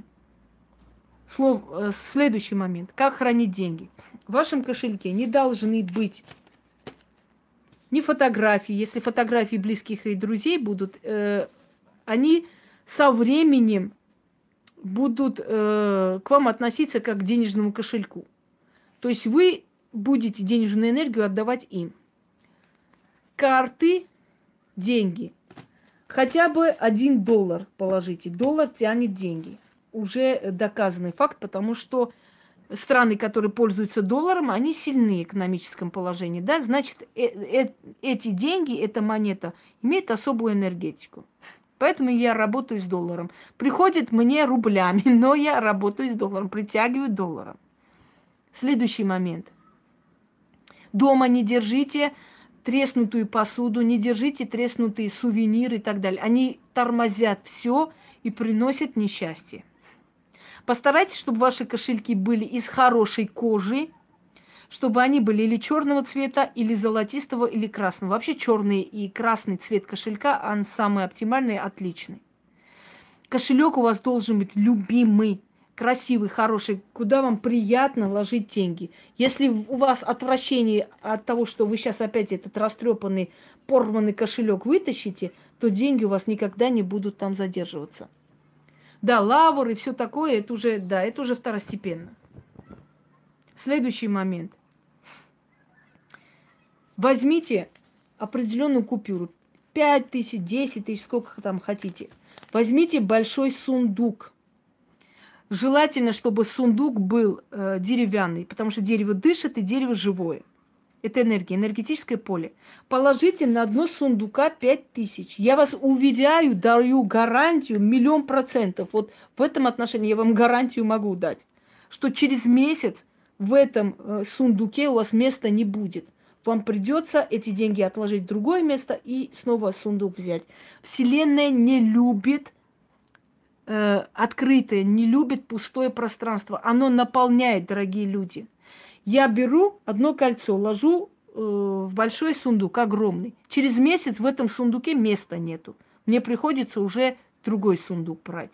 Следующий момент. Как хранить деньги? В вашем кошельке не должны быть ни фотографий. Если фотографии близких и друзей будут, они со временем будут к вам относиться как к денежному кошельку. То есть вы будете денежную энергию отдавать им. Карты, деньги. Хотя бы $1 положите. Доллар тянет деньги. Уже доказанный факт, потому что страны, которые пользуются долларом, они сильны в экономическом положении. Да? Значит, эти деньги, эта монета имеет особую энергетику. Поэтому я работаю с долларом. Приходит мне рублями, но я работаю с долларом, притягиваю долларом. Следующий момент. Дома не держите треснутую посуду, не держите треснутые сувениры и так далее. Они тормозят все и приносят несчастье. Постарайтесь, чтобы ваши кошельки были из хорошей кожи, чтобы они были или черного цвета, или золотистого, или красного. Вообще черный и красный цвет кошелька, он самый оптимальный, отличный. Кошелек у вас должен быть любимый, красивый, хороший, куда вам приятно ложить деньги. Если у вас отвращение от того, что вы сейчас опять этот растрепанный, порванный кошелек вытащите, то деньги у вас никогда не будут там задерживаться. Да, лавр и все такое, это уже второстепенно. Следующий момент. Возьмите определенную купюру. 5 тысяч, 10 тысяч, сколько там хотите. Возьмите большой сундук. Желательно, чтобы сундук был деревянный, потому что дерево дышит и дерево живое. Это энергия, энергетическое поле. Положите на дно сундука 5 тысяч. Я вас уверяю, даю гарантию 1000000%. Вот в этом отношении я вам гарантию могу дать, что через месяц в этом сундуке у вас места не будет. Вам придется эти деньги отложить в другое место и снова сундук взять. Вселенная не любит открытое, не любит пустое пространство. Оно наполняет, дорогие люди. Я беру одно кольцо, ложу в большой сундук, огромный. Через месяц в этом сундуке места нету. Мне приходится уже другой сундук брать.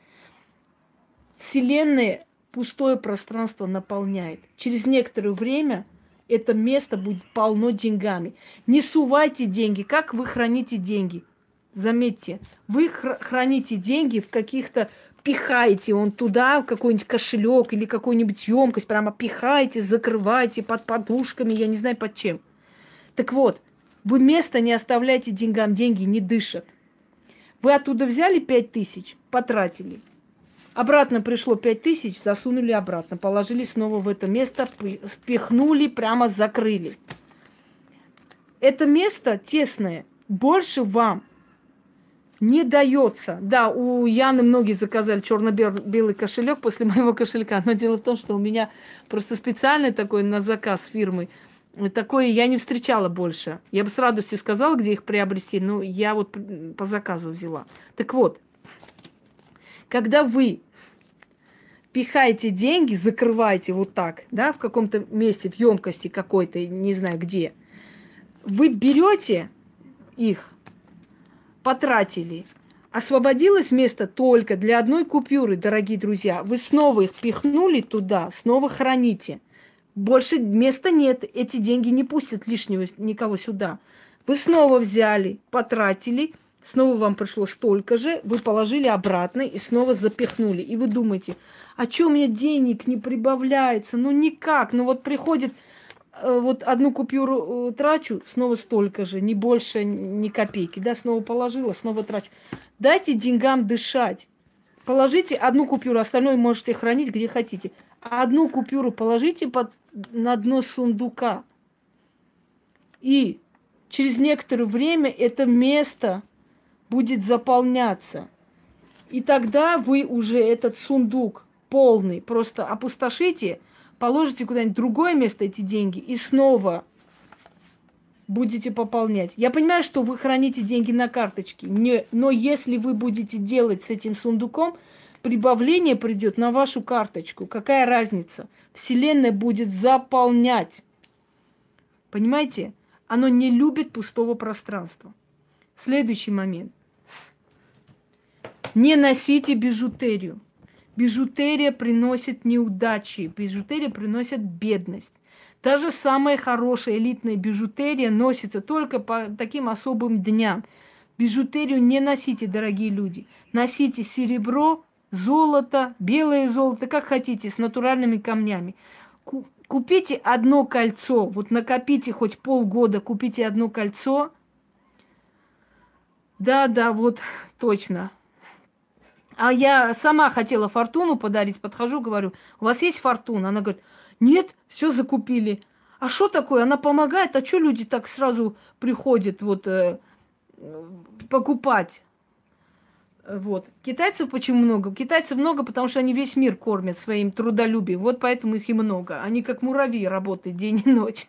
Вселенная пустое пространство наполняет. Через некоторое время это место будет полно деньгами. Не сувайте деньги. Как вы храните деньги? Заметьте, вы храните деньги в каких-то... Пихаете он туда, в какой-нибудь кошелек или какую-нибудь емкость, прямо пихаете, закрываете под подушками, я не знаю под чем. Так вот, вы место не оставляете деньгам, деньги не дышат. Вы оттуда взяли 5 тысяч, потратили. Обратно пришло 5 тысяч, засунули обратно, положили снова в это место, впихнули, прямо закрыли. Это место тесное, больше вам не дается. Да, у Яны многие заказали черно-белый кошелек после моего кошелька. Но дело в том, что у меня просто специальный такой на заказ фирмы. Такое я не встречала больше. Я бы с радостью сказала, где их приобрести, но я вот по заказу взяла. Так вот, когда вы пихаете деньги, закрываете вот так, да, в каком-то месте, в емкости какой-то, не знаю где, вы берете их, потратили. Освободилось место только для одной купюры, дорогие друзья. Вы снова их пихнули туда, снова храните. Больше места нет. Эти деньги не пустят лишнего никого сюда. Вы снова взяли, потратили, снова вам пришло столько же, вы положили обратно и снова запихнули. И вы думаете, а чё у меня денег не прибавляется? Ну никак. Ну вот приходит, вот одну купюру трачу, снова столько же, не больше ни копейки. Да, снова положила, снова трачу. Дайте деньгам дышать. Положите одну купюру, остальное можете хранить где хотите. А одну купюру положите на дно сундука. И через некоторое время это место будет заполняться. И тогда вы уже этот сундук полный просто опустошите, положите куда-нибудь в другое место эти деньги и снова будете пополнять. Я понимаю, что вы храните деньги на карточке, но если вы будете делать с этим сундуком, прибавление придет на вашу карточку. Какая разница? Вселенная будет заполнять. Понимаете? Оно не любит пустого пространства. Следующий момент. Не носите бижутерию. Бижутерия приносит неудачи, бижутерия приносит бедность. Даже самая хорошая элитная бижутерия носится только по таким особым дням. Бижутерию не носите, дорогие люди. Носите серебро, золото, белое золото, как хотите, с натуральными камнями. Купите одно кольцо, вот накопите хоть полгода, купите одно кольцо. Да, вот точно. А я сама хотела фортуну подарить, подхожу, говорю, у вас есть фортуна? Она говорит, нет, все закупили. А что такое? Она помогает, а что люди так сразу приходят вот покупать? Вот. Китайцев почему много? Китайцев много, потому что они весь мир кормят своим трудолюбием. Вот поэтому их и много. Они как муравьи работают день и ночь.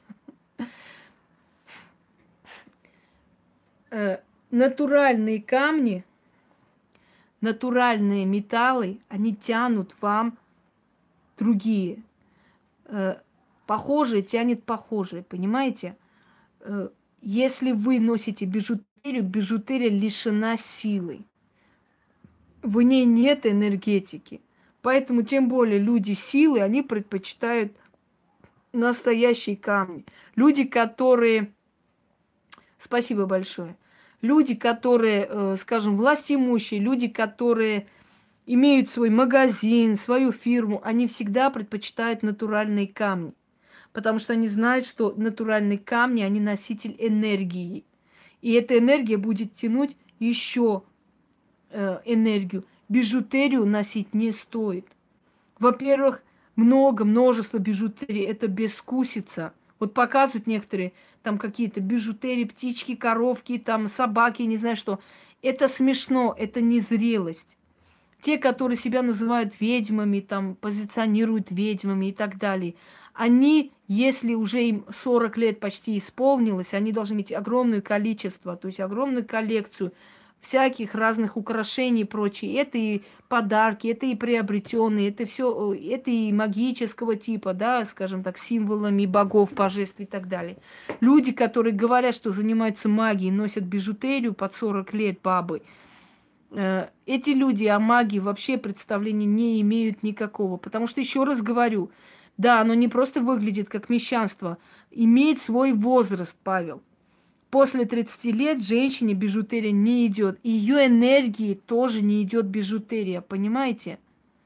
Натуральные камни, натуральные металлы, они тянут вам другие. Похожие тянет похожие, понимаете? Если вы носите бижутерию, бижутерия лишена силы. В ней нет энергетики. Поэтому тем более люди силы, они предпочитают настоящие камни. Люди, которые... Спасибо большое. Люди, которые, скажем, властимущие, люди, которые имеют свой магазин, свою фирму, они всегда предпочитают натуральные камни. Потому что они знают, что натуральные камни, они носитель энергии. И эта энергия будет тянуть еще энергию. Бижутерию носить не стоит. Во-первых, множество бижутерии, это бескусица. Вот показывают некоторые там какие-то бижутерии, птички, коровки, там собаки, не знаю что. Это смешно, это незрелость. Те, которые себя называют ведьмами, там позиционируют ведьмами и так далее, они, если уже им 40 лет почти исполнилось, они должны иметь огромное количество, то есть огромную коллекцию всяких разных украшений и прочее. Это и подарки, это и приобретенные, это все, это и магического типа, да, скажем так, символами богов, божеств и так далее. Люди, которые говорят, что занимаются магией, носят бижутерию под 40 лет бабы, эти люди о магии вообще представления не имеют никакого. Потому что, еще раз говорю, да, оно не просто выглядит как мещанство, имеет свой возраст, Павел. После 30 лет женщине бижутерия не идет. Ее энергии тоже не идет бижутерия, понимаете?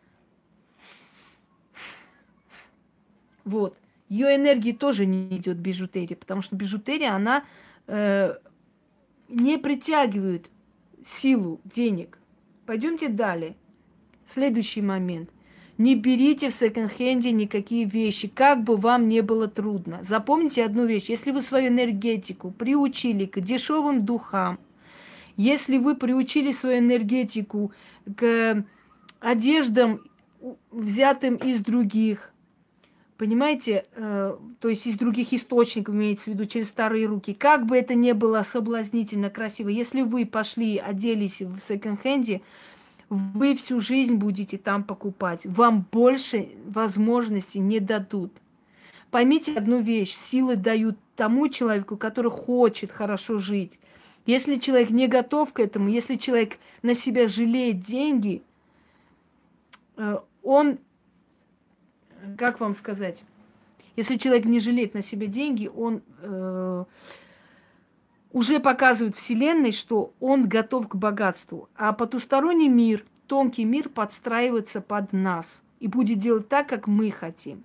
Вот. Ее энергии тоже не идет бижутерия, потому что бижутерия, она не притягивает силу денег. Пойдемте далее. Следующий момент. Не берите в секонд-хенде никакие вещи, как бы вам не было трудно. Запомните одну вещь. Если вы свою энергетику приучили к дешевым духам, если вы приучили свою энергетику к одеждам, взятым из других, понимаете, то есть из других источников, имеется в виду, через старые руки, как бы это ни было соблазнительно, красиво, если вы пошли, оделись в секонд-хенде, вы всю жизнь будете там покупать. Вам больше возможностей не дадут. Поймите одну вещь. Силы дают тому человеку, который хочет хорошо жить. Если человек не готов к этому, если человек на себя жалеет деньги, он, как вам сказать, Если человек не жалеет на себе деньги, он уже показывает Вселенной, что он готов к богатству. А потусторонний мир, тонкий мир подстраивается под нас и будет делать так, как мы хотим.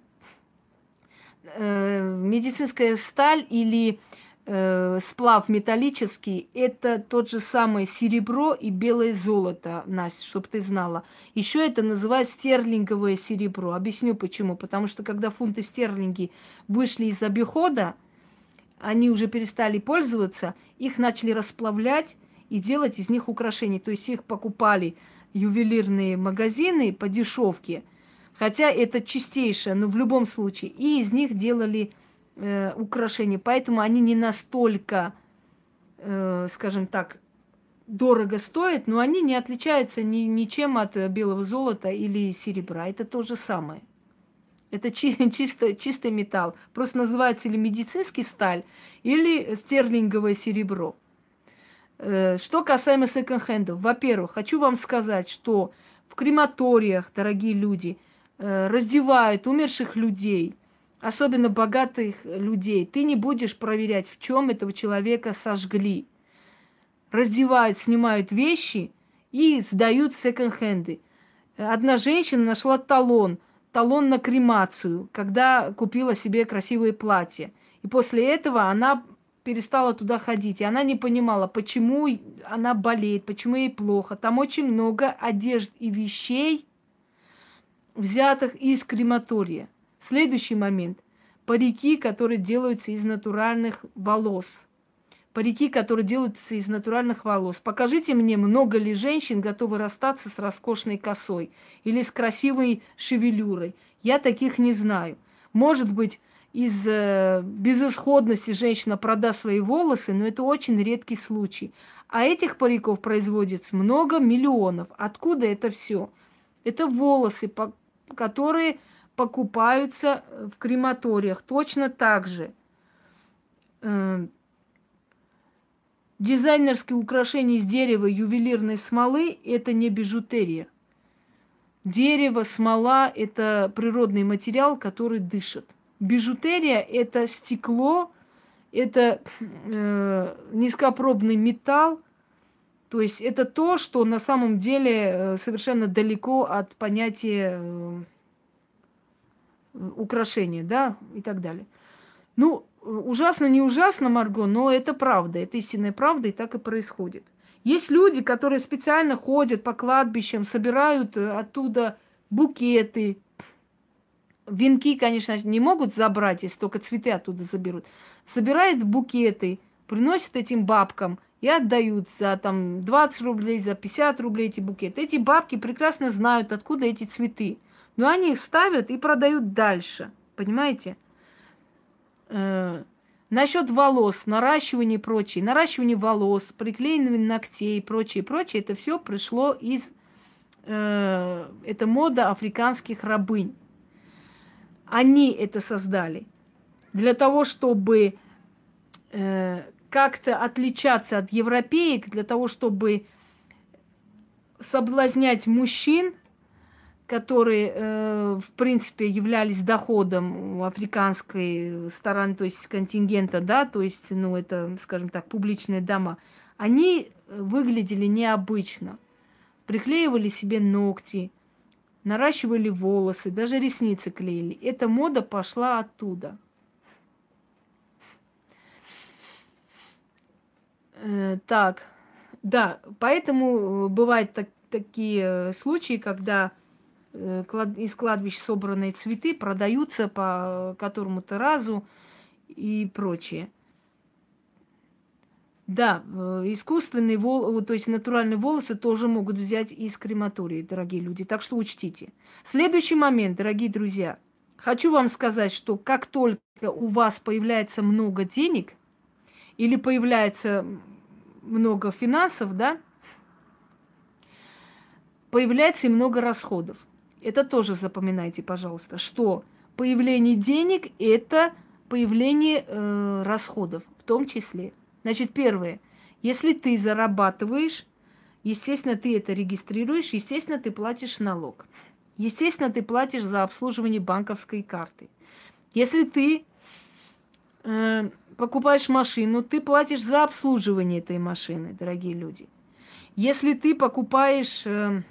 Медицинская сталь или сплав металлический – это тот же самый серебро и белое золото, Настя, чтобы ты знала. Еще это называют стерлинговое серебро. Объясню почему. Потому что когда фунты стерлинги вышли из обихода, они уже перестали пользоваться, их начали расплавлять и делать из них украшения. То есть их покупали ювелирные магазины по дешевке, хотя это чистейшее, но в любом случае. И из них делали украшения. Поэтому они не настолько, скажем так, дорого стоят, но они не отличаются ничем от белого золота или серебра. Это то же самое. Это чистый металл. Просто называется или медицинский сталь, или стерлинговое серебро. Что касаемо секонд-хендов. Во-первых, хочу вам сказать, что в крематориях, дорогие люди, раздевают умерших людей, особенно богатых людей. Ты не будешь проверять, в чем этого человека сожгли. Раздевают, снимают вещи и сдают секонд-хенды. Одна женщина нашла талон на кремацию, когда купила себе красивое платье. И после этого она перестала туда ходить. И она не понимала, почему она болеет, почему ей плохо. Там очень много одежд и вещей, взятых из крематория. Следующий момент. Парики, которые делаются из натуральных волос. Парики, которые делаются из натуральных волос. Покажите мне, много ли женщин готовы расстаться с роскошной косой или с красивой шевелюрой. Я таких не знаю. Может быть, из безысходности женщина продаст свои волосы, но это очень редкий случай. А этих париков производится много миллионов. Откуда это все? Это волосы, которые покупаются в крематориях. Точно так же. Дизайнерские украшения из дерева, ювелирной смолы – это не бижутерия. Дерево, смола – это природный материал, который дышит. Бижутерия – это стекло, это низкопробный металл. То есть это то, что на самом деле совершенно далеко от понятия украшения, да, и так далее. Ну, ужасно, не ужасно, Марго, но это правда, это истинная правда, и так и происходит. Есть люди, которые специально ходят по кладбищам, собирают оттуда букеты. Венки, конечно, не могут забрать, если только цветы оттуда заберут. Собирают букеты, приносят этим бабкам и отдают за там 20 рублей, за 50 рублей эти букеты. Эти бабки прекрасно знают, откуда эти цветы. Но они их ставят и продают дальше. Понимаете? Насчет волос, наращивание и прочее. Наращивание волос, приклеивание ногтей и прочее, прочее. Это все пришло из... это мода африканских рабынь. Они это создали. Для того, чтобы как-то отличаться от европеек, для того, чтобы соблазнять мужчин, которые, в принципе, являлись доходом африканской стороны, то есть контингента, да, то есть, ну, это, скажем так, публичные дома, они выглядели необычно. Приклеивали себе ногти, наращивали волосы, даже ресницы клеили. Эта мода пошла оттуда. Так, да, поэтому бывают такие случаи, когда из кладбищ собранные цветы продаются по которому-то разу и прочее. Да, искусственные волосы, то есть натуральные волосы тоже могут взять из крематории, дорогие люди. Так что учтите. Следующий момент, дорогие друзья. Хочу вам сказать, что как только у вас появляется много денег или появляется много финансов, да, появляется и много расходов. Это тоже запоминайте, пожалуйста, что появление денег – это появление расходов в том числе. Значит, первое. Если ты зарабатываешь, естественно, ты это регистрируешь, естественно, ты платишь налог. Естественно, ты платишь за обслуживание банковской карты. Если ты покупаешь машину, ты платишь за обслуживание этой машины, дорогие люди. Если ты покупаешь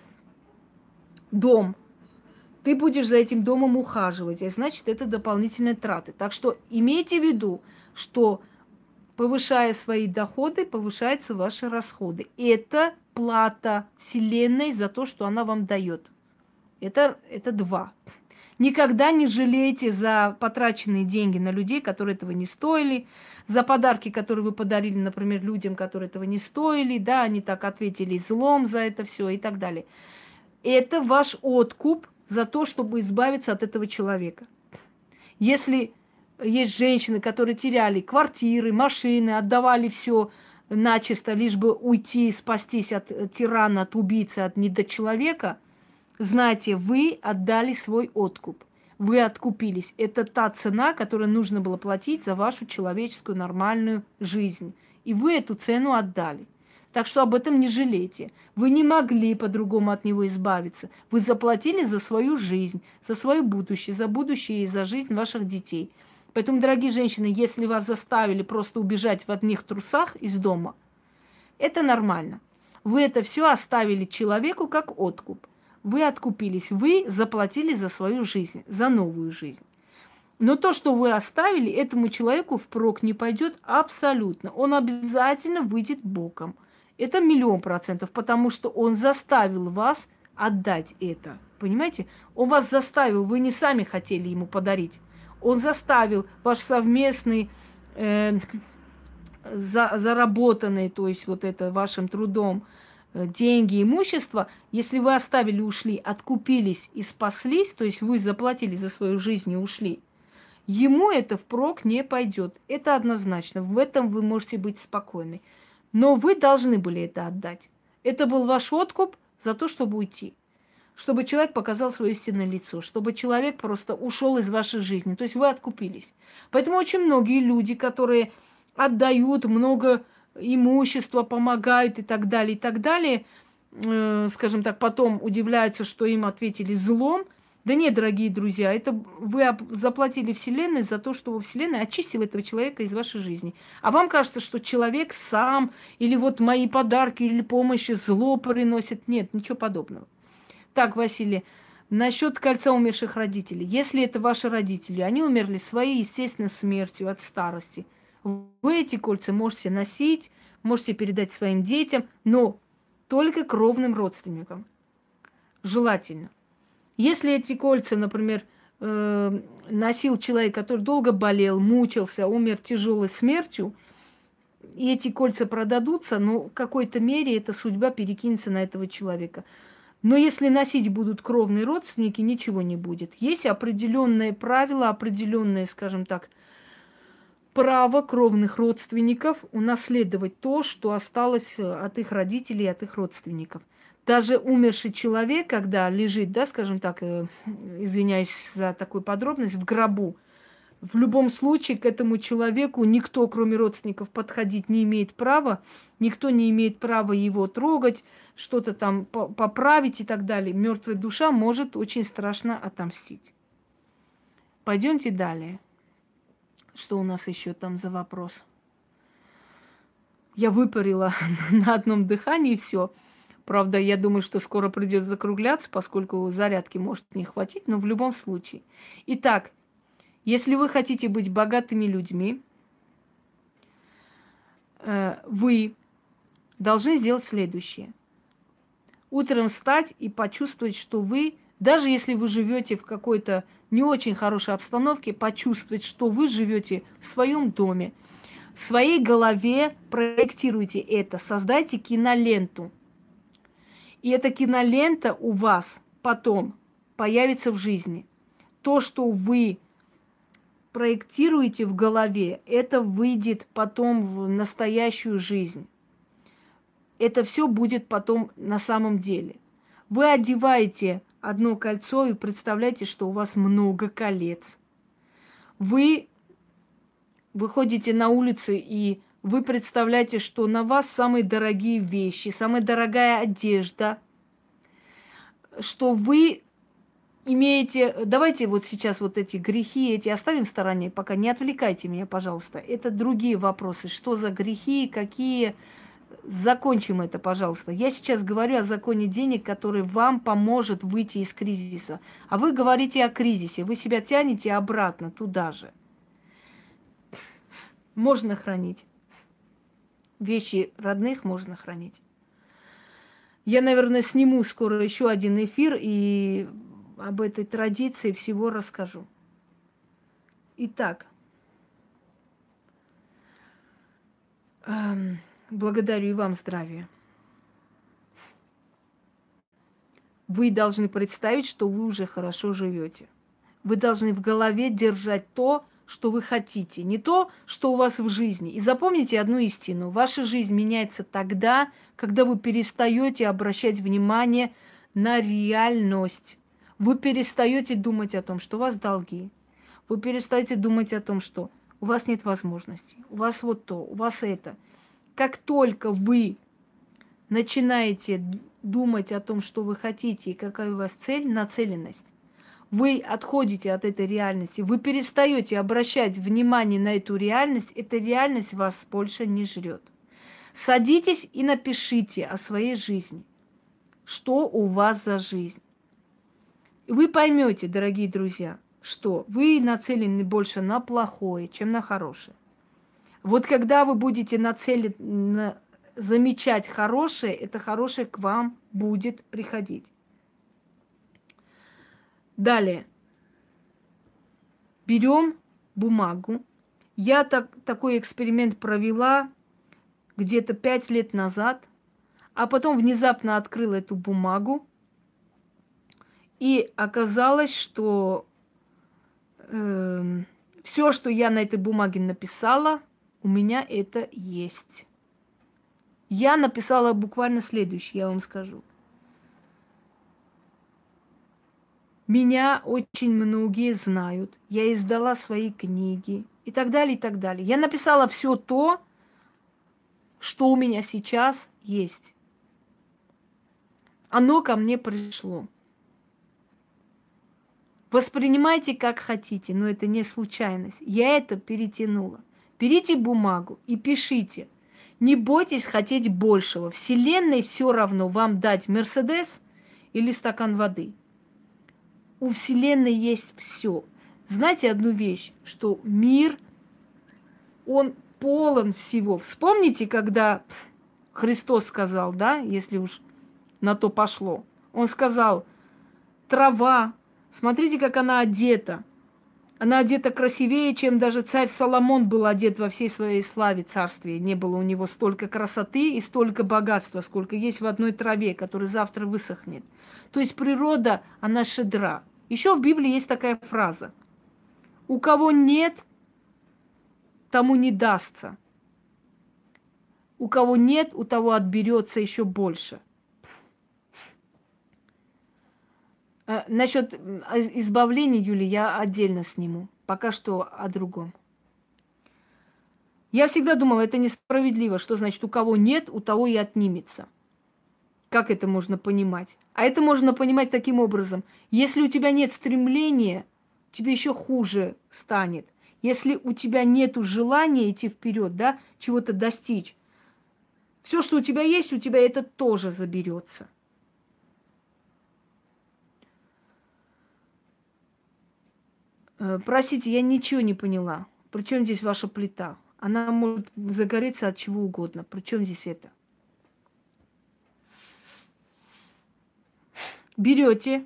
дом, ты будешь за этим домом ухаживать, а значит, это дополнительные траты. Так что имейте в виду, что повышая свои доходы, повышаются ваши расходы. Это плата Вселенной за то, что она вам дает. Это два. Никогда не жалейте за потраченные деньги на людей, которые этого не стоили, за подарки, которые вы подарили, например, людям, которые этого не стоили, да, они так ответили злом за это все и так далее. Это ваш откуп за то, чтобы избавиться от этого человека. Если есть женщины, которые теряли квартиры, машины, отдавали все начисто, лишь бы уйти, спастись от тирана, от убийцы, от недочеловека, знайте, вы отдали свой откуп. Вы откупились. Это та цена, которую нужно было платить за вашу человеческую нормальную жизнь. И вы эту цену отдали. Так что об этом не жалейте. Вы не могли по-другому от него избавиться. Вы заплатили за свою жизнь, за свое будущее и за жизнь ваших детей. Поэтому, дорогие женщины, если вас заставили просто убежать в одних трусах из дома, это нормально. Вы это все оставили человеку как откуп. Вы откупились, вы заплатили за свою жизнь, за новую жизнь. Но то, что вы оставили, этому человеку впрок не пойдет абсолютно. Он обязательно выйдет боком. Это 1000000%, потому что он заставил вас отдать это. Понимаете? Он вас заставил, вы не сами хотели ему подарить. Он заставил ваш совместный, заработанный, то есть вот это вашим трудом, деньги, имущество, если вы оставили, ушли, откупились и спаслись, то есть вы заплатили за свою жизнь и ушли, ему это впрок не пойдет. Это однозначно. В этом вы можете быть спокойны. Но вы должны были это отдать. Это был ваш откуп за то, чтобы уйти. Чтобы человек показал свое истинное лицо. Чтобы человек просто ушел из вашей жизни. То есть вы откупились. Поэтому очень многие люди, которые отдают много имущества, помогают и так далее, скажем так, потом удивляются, что им ответили злом. Да нет, дорогие друзья, это вы заплатили Вселенной за то, что Вселенная очистила этого человека из вашей жизни. А вам кажется, что человек сам, или вот мои подарки, или помощи зло приносит. Нет, ничего подобного. Так, Василий, насчет кольца умерших родителей. Если это ваши родители, они умерли своей естественной смертью от старости, вы эти кольца можете носить, можете передать своим детям, но только кровным родственникам. Желательно. Если эти кольца, например, носил человек, который долго болел, мучился, умер тяжелой смертью, и эти кольца продадутся, ну, в какой-то мере эта судьба перекинется на этого человека. Но если носить будут кровные родственники, ничего не будет. Есть определенные правила, определенные, скажем так, право кровных родственников унаследовать то, что осталось от их родителей, от их родственников. Даже умерший человек, когда лежит, да, скажем так, извиняюсь за такую подробность, в гробу, в любом случае к этому человеку никто, кроме родственников, подходить не имеет права, никто не имеет права его трогать, что-то там поправить и так далее. Мертвая душа может очень страшно отомстить. Пойдемте далее. Что у нас еще там за вопрос? Я выпарила на одном дыхании все. Правда, я думаю, что скоро придется закругляться, поскольку зарядки может не хватить, но в любом случае. Итак, если вы хотите быть богатыми людьми, вы должны сделать следующее. Утром встать и почувствовать, что вы, даже если вы живете в какой-то не очень хорошей обстановке, почувствовать, что вы живете в своем доме, в своей голове проектируйте это, создайте киноленту. И эта кинолента у вас потом появится в жизни. То, что вы проектируете в голове, это выйдет потом в настоящую жизнь. Это все будет потом на самом деле. Вы одеваете одно кольцо и представляете, что у вас много колец. Вы выходите на улицы и вы представляете, что на вас самые дорогие вещи, самая дорогая одежда, что вы имеете... Давайте вот сейчас вот эти грехи, эти оставим в стороне, пока не отвлекайте меня, пожалуйста. Это другие вопросы. Что за грехи, какие... Закончим это, пожалуйста. Я сейчас говорю о законе денег, который вам поможет выйти из кризиса. А вы говорите о кризисе. Вы себя тянете обратно, туда же. Можно хранить. Вещи родных можно хранить. Я, наверное, сниму скоро еще один эфир и об этой традиции всего расскажу. Итак, благодарю и вам здравия. Вы должны представить, что вы уже хорошо живете. Вы должны в голове держать то, что вы хотите, не то, что у вас в жизни. И запомните одну истину. Ваша жизнь меняется тогда, когда вы перестаете обращать внимание на реальность. Вы перестаете думать о том, что у вас долги. Вы перестаете думать о том, что у вас нет возможностей, у вас вот то, у вас это. Как только вы начинаете думать о том, что вы хотите и какая у вас цель, нацеленность, вы отходите от этой реальности, вы перестаете обращать внимание на эту реальность, эта реальность вас больше не жрет. Садитесь и напишите о своей жизни, что у вас за жизнь. И вы поймете, дорогие друзья, что вы нацелены больше на плохое, чем на хорошее. Вот когда вы будете нацелены замечать хорошее, это хорошее к вам будет приходить. Далее. Берем бумагу. Я такой эксперимент провела где-то 5 лет назад, а потом внезапно открыла эту бумагу, и оказалось, что все, что я на этой бумаге написала, у меня это есть. Я написала буквально следующее, я вам скажу. Меня очень многие знают. Я издала свои книги и так далее, и так далее. Я написала все то, что у меня сейчас есть. Оно ко мне пришло. Воспринимайте как хотите, но это не случайность. Я это перетянула. Берите бумагу и пишите. Не бойтесь хотеть большего. Вселенной все равно вам дать Мерседес или стакан воды. У Вселенной есть все. Знаете одну вещь, что мир, он полон всего. Вспомните, когда Христос сказал, да, если уж на то пошло. Он сказал, трава, смотрите, как она одета. Она одета красивее, чем даже царь Соломон был одет во всей своей славе царствия. Не было у него столько красоты и столько богатства, сколько есть в одной траве, которая завтра высохнет. То есть природа, она щедра. Еще в Библии есть такая фраза. У кого нет, тому не дастся. У кого нет, у того отберется еще больше. Насчет избавления, Юли, я отдельно сниму. Пока что о другом. Я всегда думала, это несправедливо. Что значит, у кого нет, у того и отнимется. Как это можно понимать? А это можно понимать таким образом. Если у тебя нет стремления, тебе еще хуже станет. Если у тебя нет желания идти вперед, да, чего-то достичь, все, что у тебя есть, у тебя это тоже заберется. Простите, я ничего не поняла. Причем здесь ваша плита? Она может загореться от чего угодно. Причем здесь это? Берете,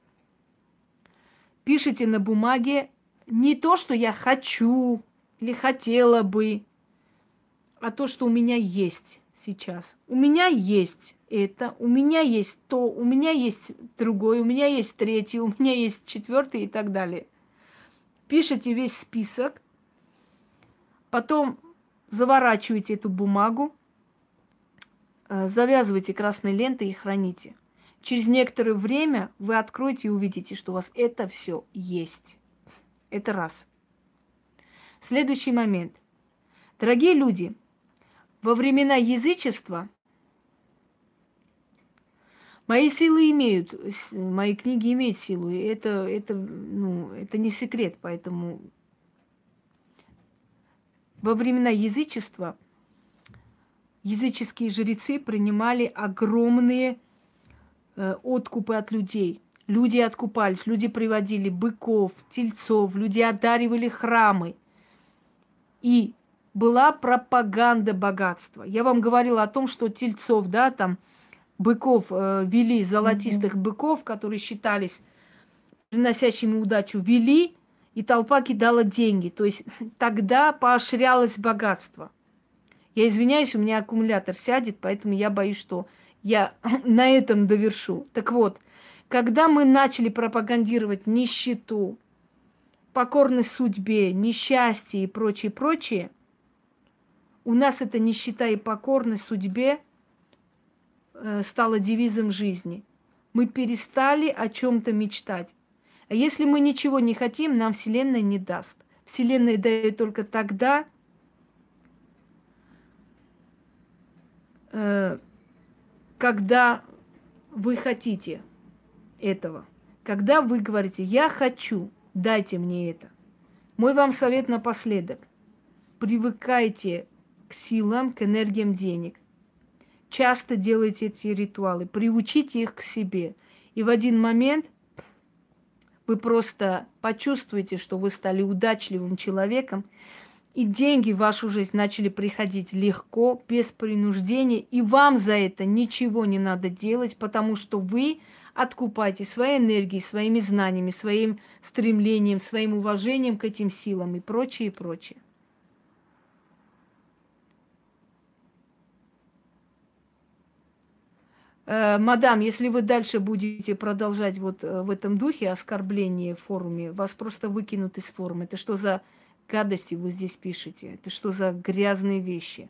пишите на бумаге не то, что я хочу или хотела бы, а то, что у меня есть сейчас. У меня есть это, у меня есть то, у меня есть другое, у меня есть третье, у меня есть четвертое и так далее. Пишите весь список, потом заворачиваете эту бумагу, завязывайте красной лентой и храните. Через некоторое время вы откроете и увидите, что у вас это все есть. Это раз. Следующий момент. Дорогие люди, во времена язычества Мои силы имеют, мои книги имеют силу. И это не секрет, поэтому во времена язычества языческие жрецы принимали огромные откупы от людей. Люди откупались, люди приводили быков, тельцов, люди одаривали храмы. И была пропаганда богатства. Я вам говорила о том, что тельцов, да, там, быков вели, золотистых быков, которые считались приносящими удачу, вели, и толпа кидала деньги. То есть тогда поощрялось богатство. Я извиняюсь, у меня аккумулятор сядет, поэтому я боюсь, что я на этом довершу. Так вот, когда мы начали пропагандировать нищету, покорность судьбе, несчастье и прочее, прочее, у нас эта нищета и покорность судьбе стала девизом жизни. Мы перестали о чем-то мечтать. А если мы ничего не хотим, нам Вселенная не даст. Вселенная дает только тогда, когда вы хотите этого. Когда вы говорите, я хочу, дайте мне это. Мой вам совет напоследок. Привыкайте к силам, к энергиям денег. Часто делайте эти ритуалы, приучите их к себе. И в один момент вы просто почувствуете, что вы стали удачливым человеком, и деньги в вашу жизнь начали приходить легко, без принуждения, и вам за это ничего не надо делать, потому что вы откупаете своей энергией, своими знаниями, своим стремлением, своим уважением к этим силам и прочее, и прочее. Мадам, если вы дальше будете продолжать вот в этом духе оскорбления в форуме, вас просто выкинут из форума. Это что за гадости вы здесь пишете? Это что за грязные вещи?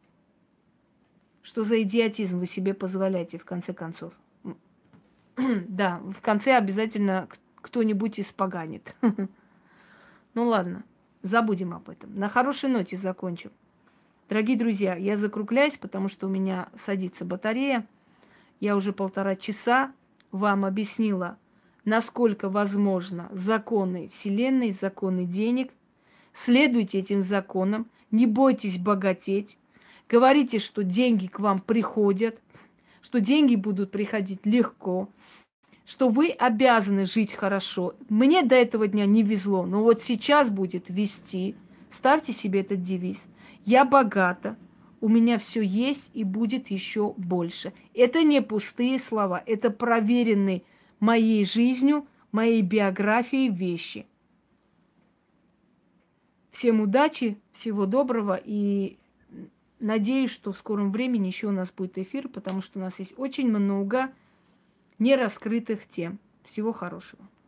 Что за идиотизм вы себе позволяете, в конце концов? Да, в конце обязательно кто-нибудь испоганит. Ну ладно, забудем об этом. На хорошей ноте закончим. Дорогие друзья, я закругляюсь, потому что у меня садится батарея. Я уже 1,5 часа вам объяснила, насколько возможно законы Вселенной, законы денег. Следуйте этим законам, не бойтесь богатеть. Говорите, что деньги к вам приходят, что деньги будут приходить легко, что вы обязаны жить хорошо. Мне до этого дня не везло, но вот сейчас будет везти. Ставьте себе этот девиз. Я богата, у меня все есть и будет еще больше. Это не пустые слова, это проверенные моей жизнью, моей биографией вещи. Всем удачи, всего доброго и надеюсь, что в скором времени еще у нас будет эфир, потому что у нас есть очень много нераскрытых тем. Всего хорошего.